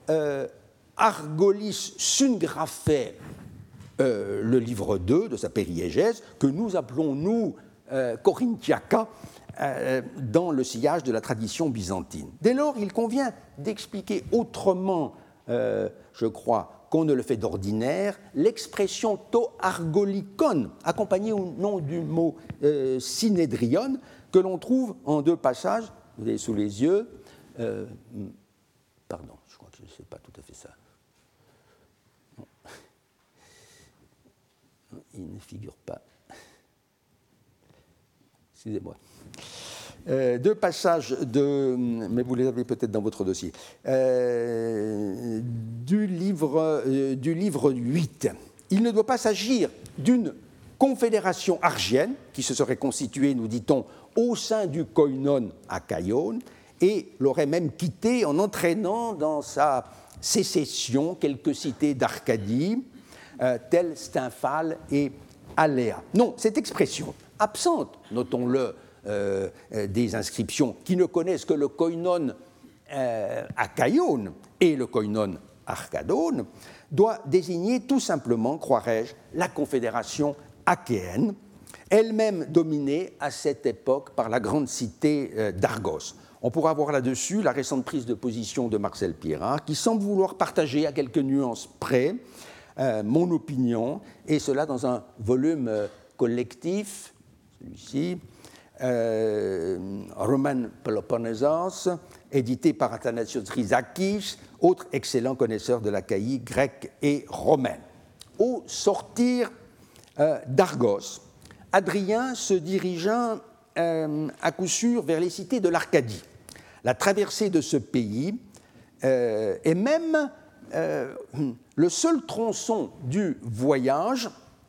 Argolis Sungraphé, le livre 2 de sa périégèse, que nous appelons, nous, Corinthiaca, dans le sillage de la tradition byzantine. Dès lors, il convient d'expliquer autrement, je crois, qu'on ne le fait d'ordinaire, l'expression to argolikon, accompagnée au nom du mot synédrion, que l'on trouve en deux passages, vous avez sous les yeux, pardon, je crois que ce n'est pas tout à fait ça. Non. Il ne figure pas. Excusez-moi. Deux passages mais vous les avez peut-être dans votre dossier, du livre 8. Il ne doit pas s'agir d'une confédération argienne qui se serait constituée, nous dit-on, au sein du koinon achaïon et l'aurait même quitté en entraînant dans sa sécession quelques cités d'Arcadie, telles Stymphale et Aléa. Non, cette expression, absente, notons-le, des inscriptions qui ne connaissent que le koinon achaïon et le koinon arcadone, doit désigner tout simplement, croirais-je, la confédération achéenne, elle-même dominée à cette époque par la grande cité d'Argos. On pourra voir là-dessus la récente prise de position de Marcel Pirard, qui semble vouloir partager à quelques nuances près mon opinion, et cela dans un volume collectif, celui-ci, Roman Peloponnesos, édité par Athanasios Rizakis, autre excellent connaisseur de l'Achaïe grecque et romaine. Au sortir d'Argos, Adrien se dirigea à coup sûr vers les cités de l'Arcadie. La traversée de ce pays est même le seul tronçon du voyage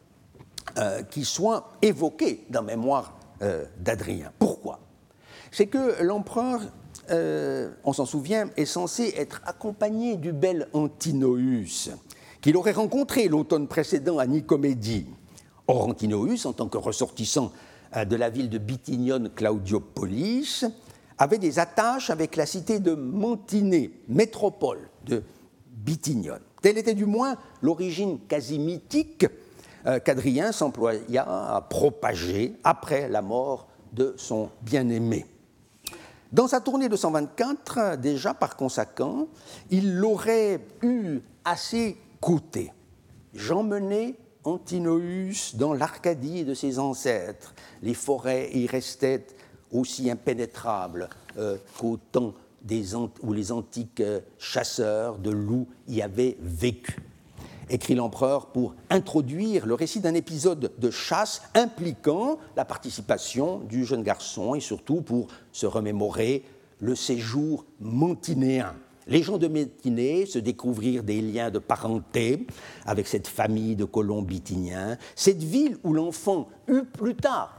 qui soit évoqué dans Mémoire d'Adrien. Pourquoi ? C'est que l'empereur, on s'en souvient, est censé être accompagné du bel Antinoüs, qu'il aurait rencontré l'automne précédent à Nicomédie. Or, Antinoüs, en tant que ressortissant de la ville de Bithynion Claudiopolis, avait des attaches avec la cité de Mantinée, métropole de Bithynion. Telle était du moins l'origine quasi mythique qu'Adrien s'employa à propager après la mort de son bien-aimé. Dans sa tournée de 124, déjà par conséquent, il l'aurait eu assez coûté. J'emmenai Antinoüs dans l'Arcadie de ses ancêtres. Les forêts y restaient aussi impénétrables qu'au temps où les antiques chasseurs de loups y avaient vécu, écrit l'empereur pour introduire le récit d'un épisode de chasse impliquant la participation du jeune garçon et surtout pour se remémorer le séjour mantinéen. Les gens de Mantinée se découvrirent des liens de parenté avec cette famille de colons bithyniens, cette ville où l'enfant eut plus tard,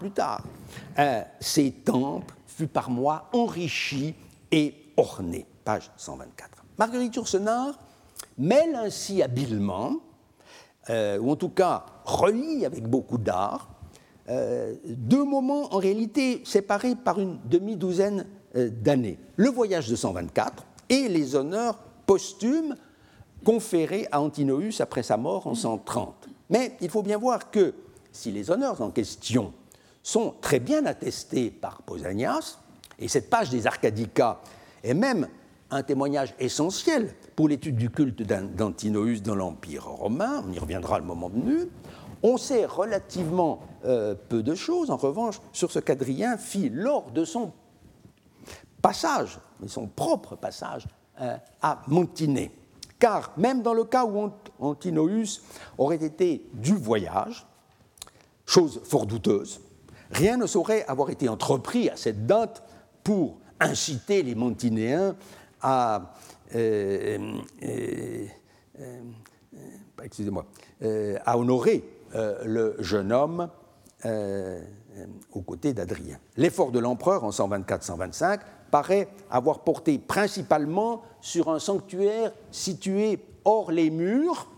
ses temples, fut par moi enrichi et orné. Page 124. Marguerite Yourcenar mêle ainsi habilement, ou en tout cas relie avec beaucoup d'art, deux moments en réalité séparés par une demi-douzaine d'années. Le voyage de 124 et les honneurs posthumes conférés à Antinoüs après sa mort en 130. Mais il faut bien voir que si les honneurs en question sont très bien attestés par Pausanias, et cette page des Arcadicas est même un témoignage essentiel pour l'étude du culte d'Antinoüs dans l'Empire romain, on y reviendra le moment venu. On sait relativement peu de choses, en revanche, sur ce qu'Adrien fit lors de son passage, son propre passage à Mantinée. Car même dans le cas où Antinoüs aurait été du voyage, chose fort douteuse, rien ne saurait avoir été entrepris à cette date pour inciter les Mantinéens à honorer le jeune homme aux côtés d'Adrien. L'effort de l'empereur en 124-125 paraît avoir porté principalement sur un sanctuaire situé hors les murs,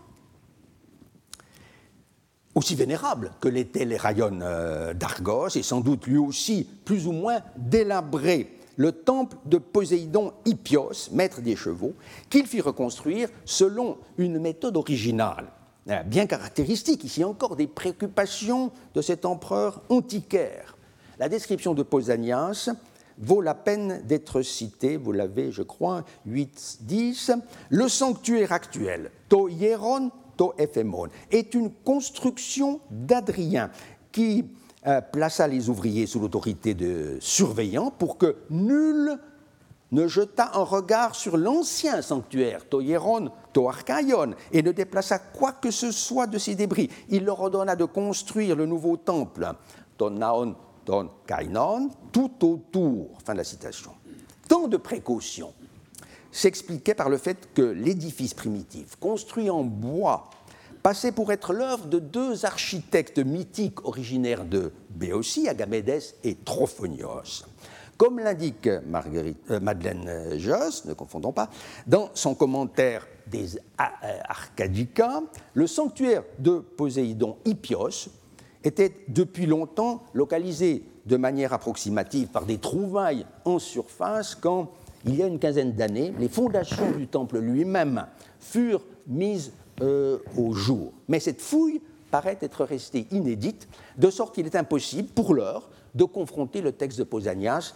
aussi vénérable que l'étaient les rayons d'Argos, et sans doute lui aussi plus ou moins délabré, le temple de Poséidon Hippios, maître des chevaux, qu'il fit reconstruire selon une méthode originale, bien caractéristique, ici encore, des préoccupations de cet empereur antiquaire. La description de Pausanias vaut la peine d'être citée, vous l'avez, je crois, 8-10. Le sanctuaire actuel, to hieron, to ephémon, est une construction d'Adrien qui plaça les ouvriers sous l'autorité de surveillants pour que nul ne jeta un regard sur l'ancien sanctuaire, to hieron, to archaion, et ne déplaça quoi que ce soit de ses débris. Il leur ordonna de construire le nouveau temple, ton naon, ton kainon, tout autour. Fin de la citation. Tant de précautions s'expliquait par le fait que l'édifice primitif, construit en bois, passait pour être l'œuvre de deux architectes mythiques originaires de Béotie, Agamédès et Trophonios. Comme l'indique Madeleine Josse, ne confondons pas, dans son commentaire des Arcadica, le sanctuaire de Poséidon Hippios était depuis longtemps localisé de manière approximative par des trouvailles en surface quand, il y a une quinzaine d'années, les fondations du temple lui-même furent mises au jour. Mais cette fouille paraît être restée inédite, de sorte qu'il est impossible, pour l'heure, de confronter le texte de Pausanias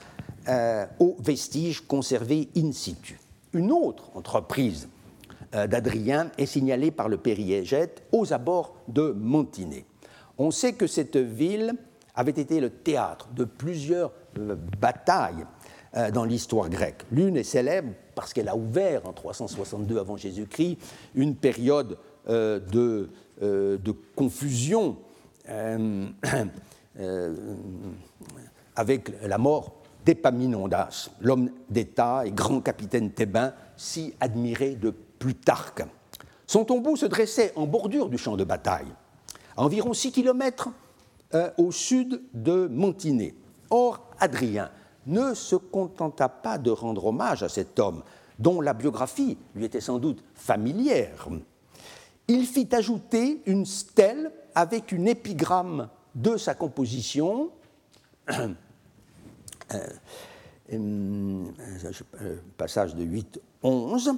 aux vestiges conservés in situ. Une autre entreprise d'Adrien est signalée par le périégète aux abords de Mantinée. On sait que cette ville avait été le théâtre de plusieurs batailles dans l'histoire grecque. L'une est célèbre parce qu'elle a ouvert en 362 avant Jésus-Christ une période de confusion avec la mort d'Épaminondas, l'homme d'État et grand capitaine thébain si admiré de Plutarque. Son tombeau se dressait en bordure du champ de bataille, à environ 6 km au sud de Mantinée. Or, Adrien ne se contenta pas de rendre hommage à cet homme, dont la biographie lui était sans doute familière. Il fit ajouter une stèle avec une épigramme de sa composition, passage de 8-11,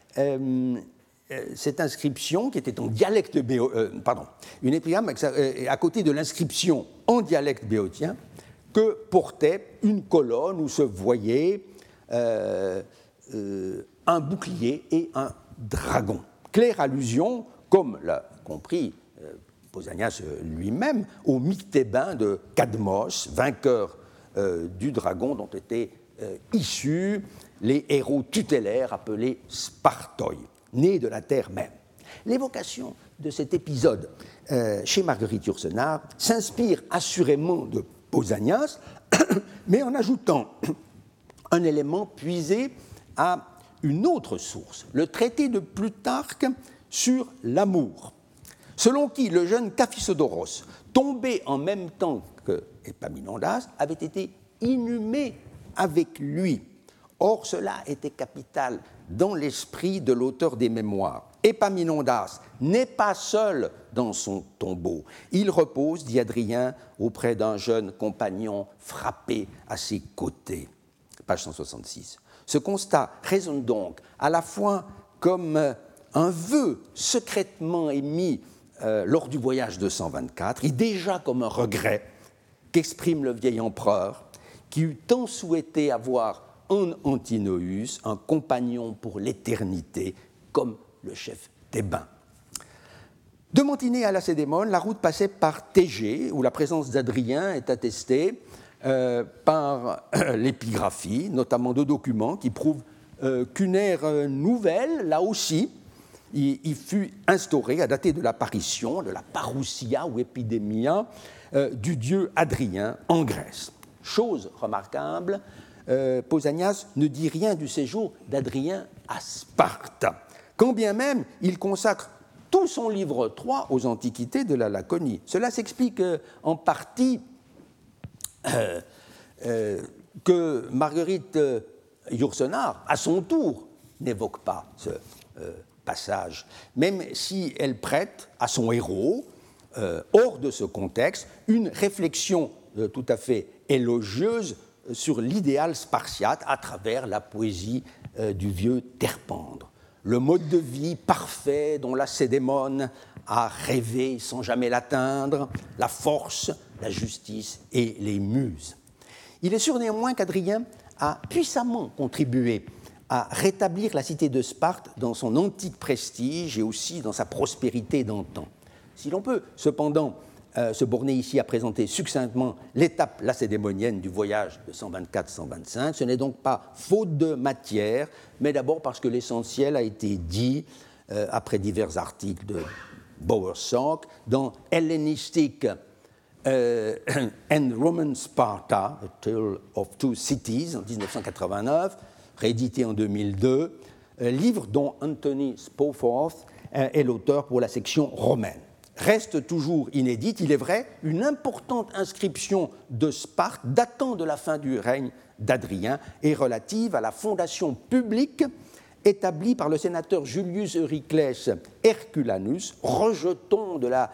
cette inscription qui était en dialecte une épigramme à côté de l'inscription en dialecte béotien que portait une colonne où se voyaient un bouclier et un dragon. Claire allusion, comme l'a compris Pausanias lui-même, au mythe thébain de Cadmos, vainqueur du dragon dont étaient issus les héros tutélaires appelés Spartoi, nés de la terre même. L'évocation de cet épisode chez Marguerite Yourcenar s'inspire assurément de Pausanias, mais en ajoutant un élément puisé à une autre source, le traité de Plutarque sur l'amour, selon qui le jeune Caphisodoros, tombé en même temps que Épaminondas, avait été inhumé avec lui. Or, cela était capital dans l'esprit de l'auteur des mémoires. Épaminondas n'est pas seul dans son tombeau. Il repose, dit Adrien, auprès d'un jeune compagnon frappé à ses côtés. Page 166. Ce constat résonne donc à la fois comme un vœu secrètement émis lors du voyage de 124 et déjà comme un regret qu'exprime le vieil empereur qui eût tant souhaité avoir en Antinoüs, un compagnon pour l'éternité, comme le chef thébain. De Mantinée à Lacédémone, la route passait par Thégée, où la présence d'Adrien est attestée par l'épigraphie, notamment de documents qui prouvent qu'une ère nouvelle, là aussi, il fut instaurée à dater de l'apparition de la parousia ou épidémia du dieu Adrien en Grèce. Chose remarquable, Pausanias ne dit rien du séjour d'Adrien à Sparte, quand bien même il consacre tout son livre 3 aux antiquités de la Laconie. Cela s'explique en partie que Marguerite Yourcenar, à son tour, n'évoque pas ce passage, même si elle prête à son héros, hors de ce contexte, une réflexion tout à fait élogieuse sur l'idéal spartiate à travers la poésie du vieux Terpendre. Le mode de vie parfait dont Lacédémone a rêvé sans jamais l'atteindre, la force, la justice et les muses. Il est sûr néanmoins qu'Adrien a puissamment contribué à rétablir la cité de Sparte dans son antique prestige et aussi dans sa prospérité d'antan. Si l'on peut cependant se borner ici à présenter succinctement l'étape lacédémonienne du voyage de 124-125, ce n'est donc pas faute de matière, mais d'abord parce que l'essentiel a été dit après divers articles de Bowersock dans Hellenistic and Roman Sparta, A Tale of Two Cities, en 1989, réédité en 2002, livre dont Anthony Spoforth est l'auteur pour la section romaine. Reste toujours inédite, il est vrai, une importante inscription de Sparte datant de la fin du règne d'Adrien et relative à la fondation publique établie par le sénateur Julius Euryclès Herculanus, rejeton de la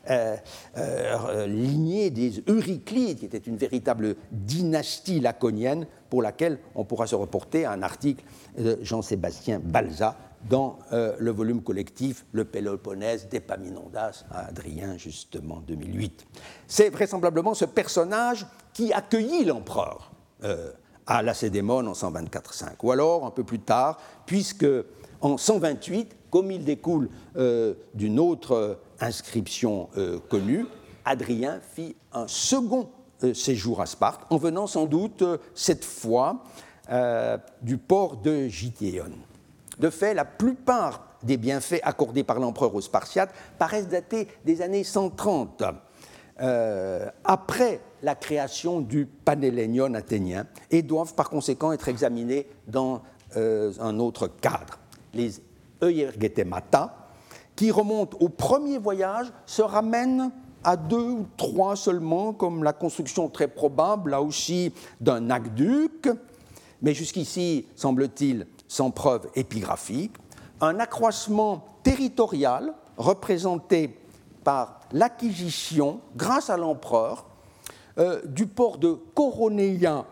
lignée des Euryclides, qui était une véritable dynastie laconienne pour laquelle on pourra se reporter à un article de Jean-Sébastien Balza dans le volume collectif Le Péloponnèse d'Épaminondas à Adrien, justement, 2008. C'est vraisemblablement ce personnage qui accueillit l'empereur à Lacédémone en 124-5, ou alors un peu plus tard, puisque en 128, comme il découle d'une autre inscription connue, Adrien fit un second séjour à Sparte, en venant sans doute cette fois du port de Gitéon. De fait, la plupart des bienfaits accordés par l'empereur aux Spartiates paraissent dater des années 130, après la création du Panhellénion athénien, et doivent par conséquent être examinés dans un autre cadre. Les Euergetemata, qui remontent au premier voyage, se ramènent à 2 ou 3 seulement, comme la construction très probable, là aussi, d'un aqueduc, mais jusqu'ici, semble-t-il, sans preuve épigraphique, un accroissement territorial représenté par l'acquisition, grâce à l'empereur, du port de Koroneia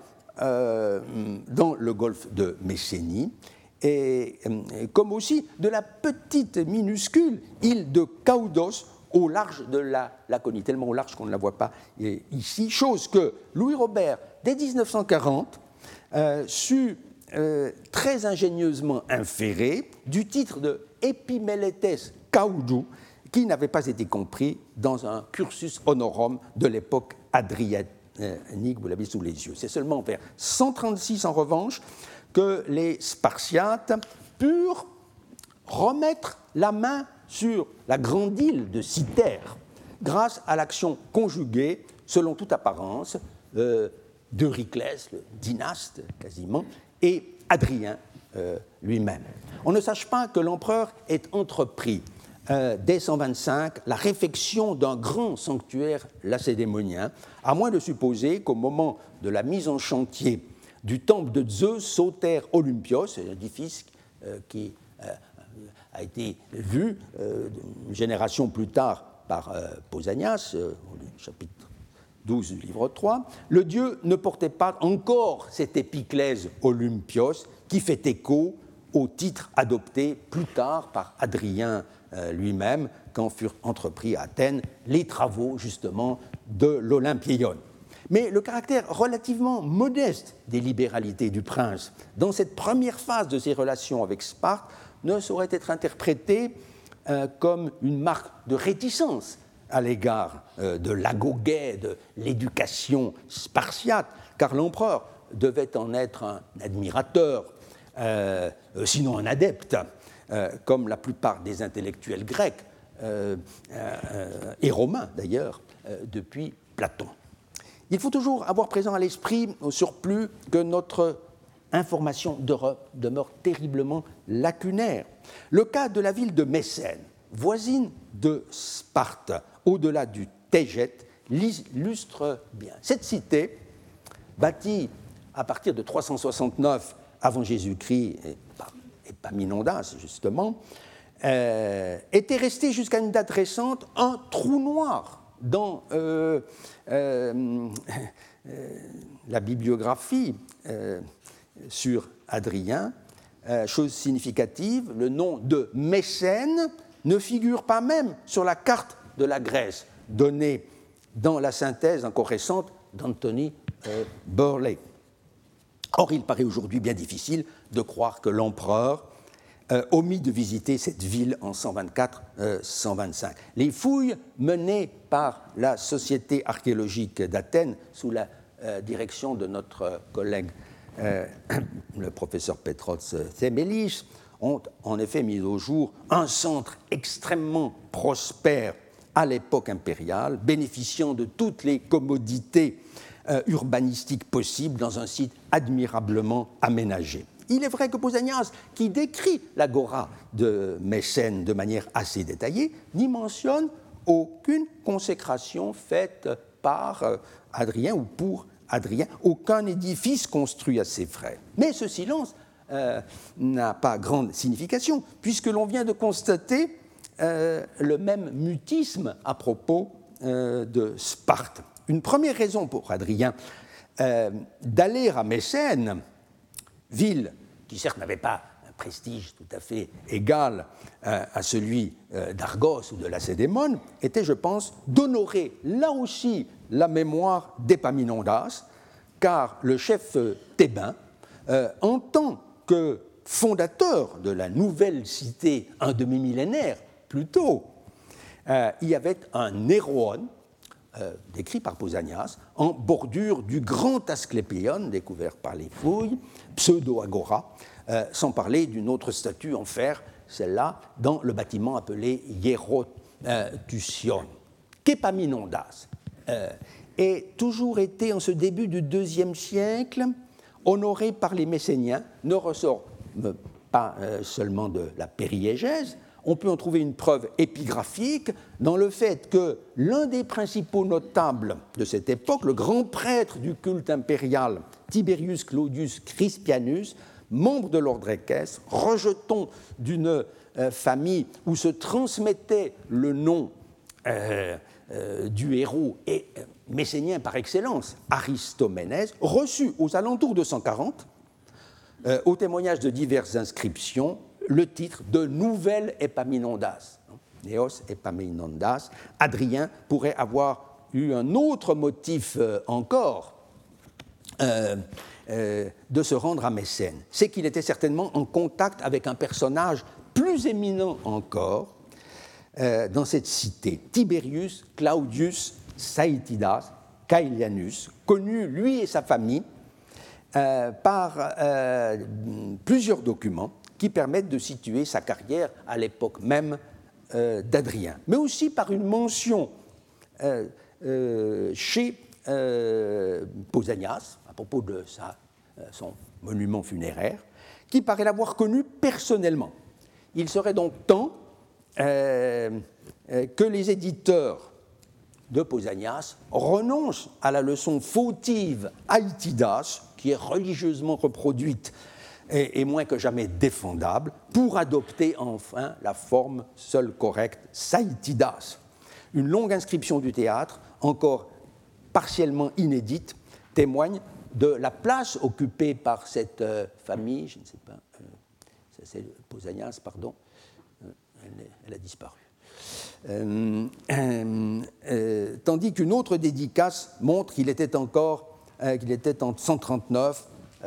dans le golfe de Messénie, et comme aussi de la petite minuscule île de Caudos au large de la Laconie, tellement au large qu'on ne la voit pas ici, chose que Louis Robert, dès 1940, sut très ingénieusement inférer du titre de Epimeletes Caudou, qui n'avait pas été compris dans un cursus honorum de l'époque adriatique, vous l'avez sous les yeux. C'est seulement vers 136, en revanche, que les Spartiates purent remettre la main sur la grande île de Cythère, grâce à l'action conjuguée, selon toute apparence, d'Euryclès, le dynaste quasiment, et Adrien lui-même. On ne sache pas que l'empereur ait entrepris, dès 125, la réfection d'un grand sanctuaire lacédémonien, à moins de supposer qu'au moment de la mise en chantier du temple de Zeus Soter Olympios, l'édifice qui a été vu une génération plus tard par Pausanias, au chapitre 12 du livre 3, le dieu ne portait pas encore cette épiclèse Olympios qui fait écho au titre adopté plus tard par Adrien lui-même quand furent entrepris à Athènes les travaux justement de l'Olympieion. Mais le caractère relativement modeste des libéralités du prince dans cette première phase de ses relations avec Sparte ne saurait être interprété comme une marque de réticence à l'égard de l'agogé, de l'éducation spartiate, car l'empereur devait en être un admirateur, sinon un adepte, comme la plupart des intellectuels grecs, et romains d'ailleurs, depuis Platon. Il faut toujours avoir présent à l'esprit, au surplus, que notre information demeure terriblement lacunaire. Le cas de la ville de Mécène, voisine de Sparte, au-delà du Tégète, l'illustre bien. Cette cité, bâtie à partir de 369 avant Jésus-Christ, et Épaminondas justement, était restée jusqu'à une date récente un trou noir dans la bibliographie sur Hadrien. Chose significative, le nom de Mécène ne figure pas même sur la carte de la Grèce, donnée dans la synthèse encore récente d'Anthony Burley. Or, il paraît aujourd'hui bien difficile de croire que l'empereur omit de visiter cette ville en 124-125. Les fouilles menées par la Société archéologique d'Athènes sous la direction de notre collègue le professeur Petros Themelis ont en effet mis au jour un centre extrêmement prospère à l'époque impériale, bénéficiant de toutes les commodités urbanistiques possibles dans un site admirablement aménagé. Il est vrai que Pausanias, qui décrit l'agora de Mécène de manière assez détaillée, n'y mentionne aucune consécration faite par Hadrien ou pour Hadrien, aucun édifice construit à ses frais. Mais ce silence n'a pas grande signification, puisque l'on vient de constater le même mutisme à propos de Sparte. Une première raison pour Hadrien d'aller à Mécène, ville qui certes n'avait pas un prestige tout à fait égal à celui d'Argos ou de Lacédémone, était, je pense, d'honorer là aussi la mémoire d'Épaminondas, car le chef thébain, en tant que fondateur de la nouvelle cité un demi-millénaire plus tôt, il y avait un héroon, décrit par Pausanias, en bordure du grand Asclépéon, découvert par les fouilles, pseudo-agora, sans parler d'une autre statue en fer, celle-là, dans le bâtiment appelé Hierotusion. Qu'Épaminondas ait toujours été, en ce début du IIe siècle, honoré par les Messéniens, ne ressort pas seulement de la périégèse. On peut en trouver une preuve épigraphique dans le fait que l'un des principaux notables de cette époque, le grand prêtre du culte impérial, Tiberius Claudius Crispianus, membre de l'ordre équestre, rejeton d'une famille où se transmettait le nom du héros et messénien par excellence, Aristoménès, reçut aux alentours de 140, au témoignage de diverses inscriptions, le titre de Nouvelle Épaminondas, Néos Épaminondas. Hadrien pourrait avoir eu un autre motif encore de se rendre à Mécène. C'est qu'il était certainement en contact avec un personnage plus éminent encore dans cette cité, Tiberius Claudius Saïtidas Caelianus, connu, lui et sa famille, par plusieurs documents qui permettent de situer sa carrière à l'époque même d'Hadrien, mais aussi par une mention chez Pausanias, à propos de son monument funéraire, qui paraît l'avoir connu personnellement. Il serait donc temps que les éditeurs de Pausanias renoncent à la leçon fautive Aïtidas, qui est religieusement reproduite et moins que jamais défendable, pour adopter enfin la forme seule correcte Saïtidas. Une longue inscription du théâtre, encore partiellement inédite, témoigne de la place occupée par cette famille, c'est Pausanias, pardon, elle a disparu. Tandis qu'une autre dédicace montre qu'il était en 139,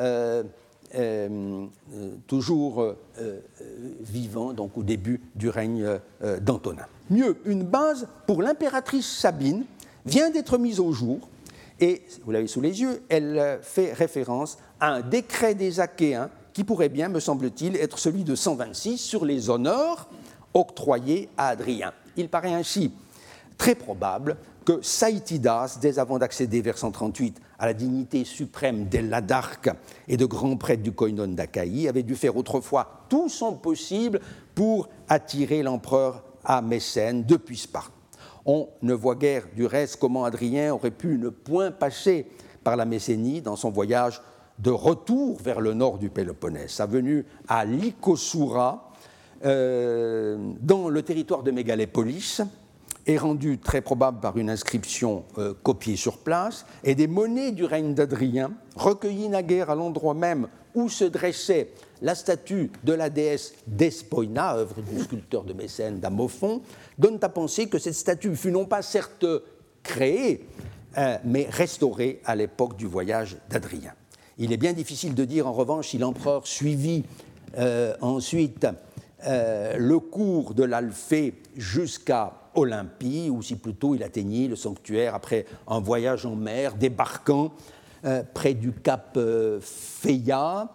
toujours vivant, donc au début du règne d'Antonin. Mieux, une base pour l'impératrice Sabine vient d'être mise au jour, et vous l'avez sous les yeux, elle fait référence à un décret des Achéens qui pourrait bien, me semble-t-il, être celui de 126 sur les honneurs octroyés à Adrien. Il paraît ainsi très probable que Saïtidas, dès avant d'accéder vers 138 à la dignité suprême d'Eladarque et de grand prêtre du koinon d'Achaïe, avait dû faire autrefois tout son possible pour attirer l'empereur à Mécène depuis Sparte. On ne voit guère du reste comment Adrien aurait pu ne point passer par la Mécénie dans son voyage de retour vers le nord du Péloponnèse. Sa venue à Lycosoura, dans le territoire de Mégalépolis, est rendue très probable par une inscription copiée sur place, et des monnaies du règne d'Adrien, recueillies naguère à l'endroit même où se dressait la statue de la déesse Despoina, œuvre du sculpteur de Mécène d'Amophon, donnent à penser que cette statue fut non pas certes créée, mais restaurée à l'époque du voyage d'Adrien. Il est bien difficile de dire en revanche si l'empereur suivit ensuite le cours de l'Alphée jusqu'à Olympie, ou si plutôt il atteignit le sanctuaire après un voyage en mer, débarquant près du cap Phéia.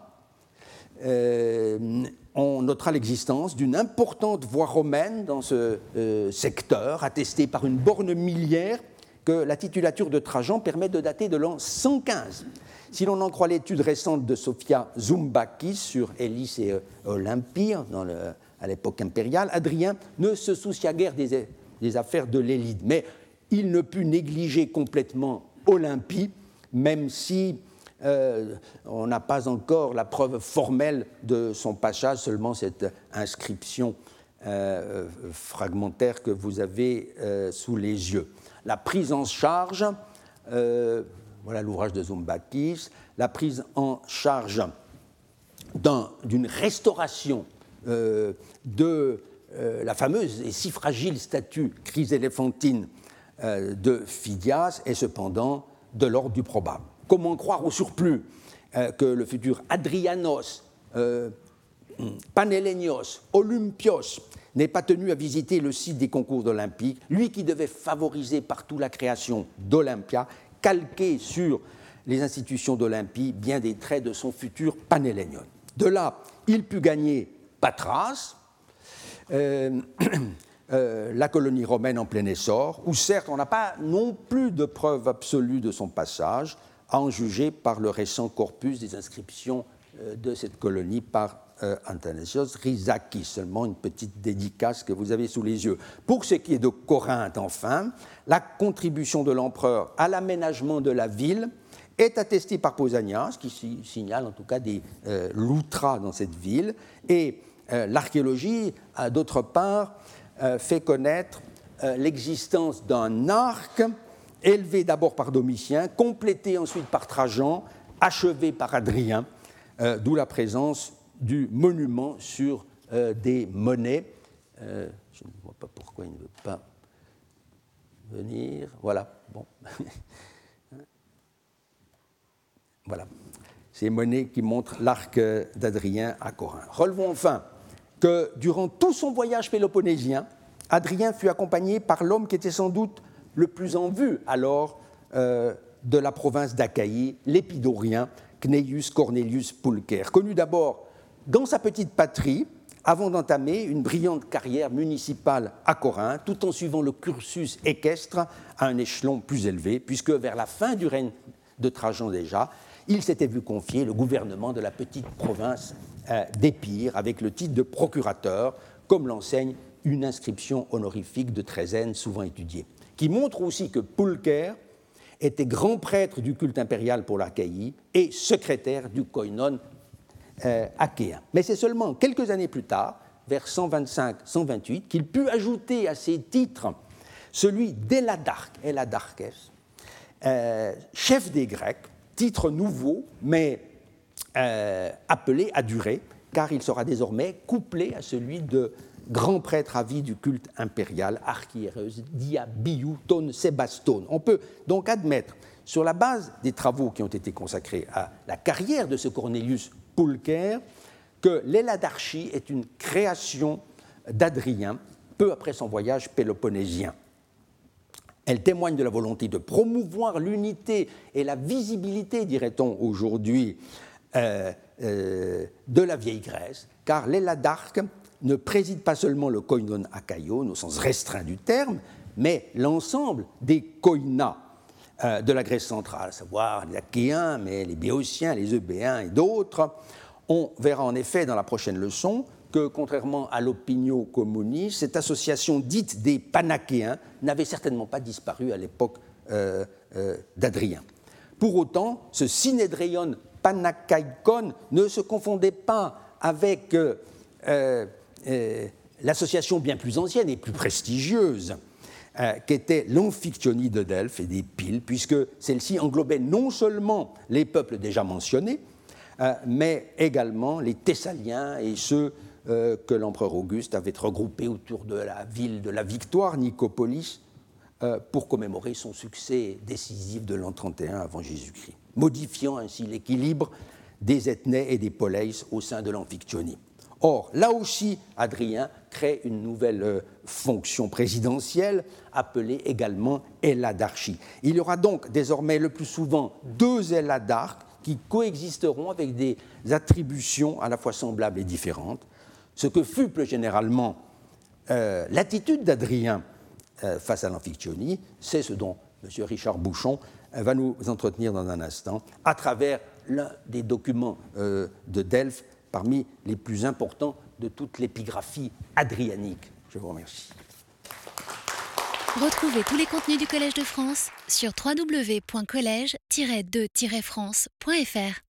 On notera l'existence d'une importante voie romaine dans ce secteur, attestée par une borne miliaire que la titulature de Trajan permet de dater de l'an 115. Si l'on en croit l'étude récente de Sophia Zumbakis sur Élis et Olympie, à l'époque impériale, Adrien ne se soucia guère des affaires de l'élite, mais il ne put négliger complètement Olympie, même si on n'a pas encore la preuve formelle de son passage, seulement cette inscription fragmentaire que vous avez sous les yeux. La prise en charge, voilà l'ouvrage de Zumbakis, la prise en charge d'une restauration de la fameuse et si fragile statue chryséléphantine de Phidias est cependant de l'ordre du probable. Comment croire au surplus que le futur Adrianos, Panhellénios, Olympios n'ait pas tenu à visiter le site des concours olympiques, lui qui devait favoriser partout la création d'Olympia, calqué sur les institutions d'Olympie bien des traits de son futur Panhellénion. De là, il put gagner Patras, la colonie romaine en plein essor, où certes on n'a pas non plus de preuve absolue de son passage, à en juger par le récent corpus des inscriptions de cette colonie par Athanasios Rizakis, seulement une petite dédicace que vous avez sous les yeux. Pour ce qui est de Corinthe, enfin, la contribution de l'empereur à l'aménagement de la ville est attestée par Pausanias, qui signale en tout cas des loutras dans cette ville, et l'archéologie, d'autre part, fait connaître l'existence d'un arc élevé d'abord par Domitien, complété ensuite par Trajan, achevé par Adrien, d'où la présence du monument sur des monnaies. Je ne vois pas pourquoi il ne veut pas venir. Voilà, bon. Voilà, ces monnaies qui montrent l'arc d'Adrien à Corinthe. Relevons enfin que durant tout son voyage péloponnésien, Adrien fut accompagné par l'homme qui était sans doute le plus en vue alors de la province d'Achaïe, l'Épidorien Cneius Cornelius Pulcher, connu d'abord dans sa petite patrie, avant d'entamer une brillante carrière municipale à Corinthe, tout en suivant le cursus équestre à un échelon plus élevé, puisque vers la fin du règne de Trajan déjà, il s'était vu confier le gouvernement de la petite province d'Épire, avec le titre de procurateur, comme l'enseigne une inscription honorifique de Trézène souvent étudiée, qui montre aussi que Pulcher était grand prêtre du culte impérial pour l'Achaïe et secrétaire du koinon achéen. Mais c'est seulement quelques années plus tard, vers 125-128, qu'il put ajouter à ses titres celui d'Eladarque, chef des Grecs, titre nouveau, mais appelé à durer, car il sera désormais couplé à celui de grand prêtre à vie du culte impérial, archiéreuse diabiou ton Sébastone. On peut donc admettre, sur la base des travaux qui ont été consacrés à la carrière de ce Cornelius Pulcher, que l'Héladarchie est une création d'Adrien peu après son voyage péloponnésien. Elle témoigne de la volonté de promouvoir l'unité et la visibilité, dirait-on aujourd'hui, de la vieille Grèce, car l'Héladarque ne préside pas seulement le koinon akaion au sens restreint du terme, mais l'ensemble des koinas de la Grèce centrale, à savoir les Achéens, mais les Béotiens, les Eubéens et d'autres. On verra en effet dans la prochaine leçon que, contrairement à l'opinio communis, cette association dite des Panachéens n'avait certainement pas disparu à l'époque d'Adrien. Pour autant, ce synédreion Panakaikon ne se confondait pas avec l'association bien plus ancienne et plus prestigieuse qu'était l'Amphictyonie de Delphes et des Pyles, puisque celle-ci englobait non seulement les peuples déjà mentionnés, mais également les Thessaliens et ceux que l'empereur Auguste avait regroupés autour de la ville de la Victoire, Nicopolis, pour commémorer son succès décisif de l'an 31 avant Jésus-Christ, modifiant ainsi l'équilibre des ethnées et des poleis au sein de l'Amphictyonie. Or, là aussi, Adrien crée une nouvelle fonction présidentielle appelée également héladarchie. Il y aura donc désormais le plus souvent 2 héladarques qui coexisteront avec des attributions à la fois semblables et différentes. Ce que fut plus généralement l'attitude d'Adrien face à l'Amphictyonie, c'est ce dont M. Richard Bouchon va nous entretenir dans un instant à travers l'un des documents de Delphes parmi les plus importants de toute l'épigraphie adrianique. Je vous remercie. Retrouvez tous les contenus du Collège de France sur www.collège-2-france.fr.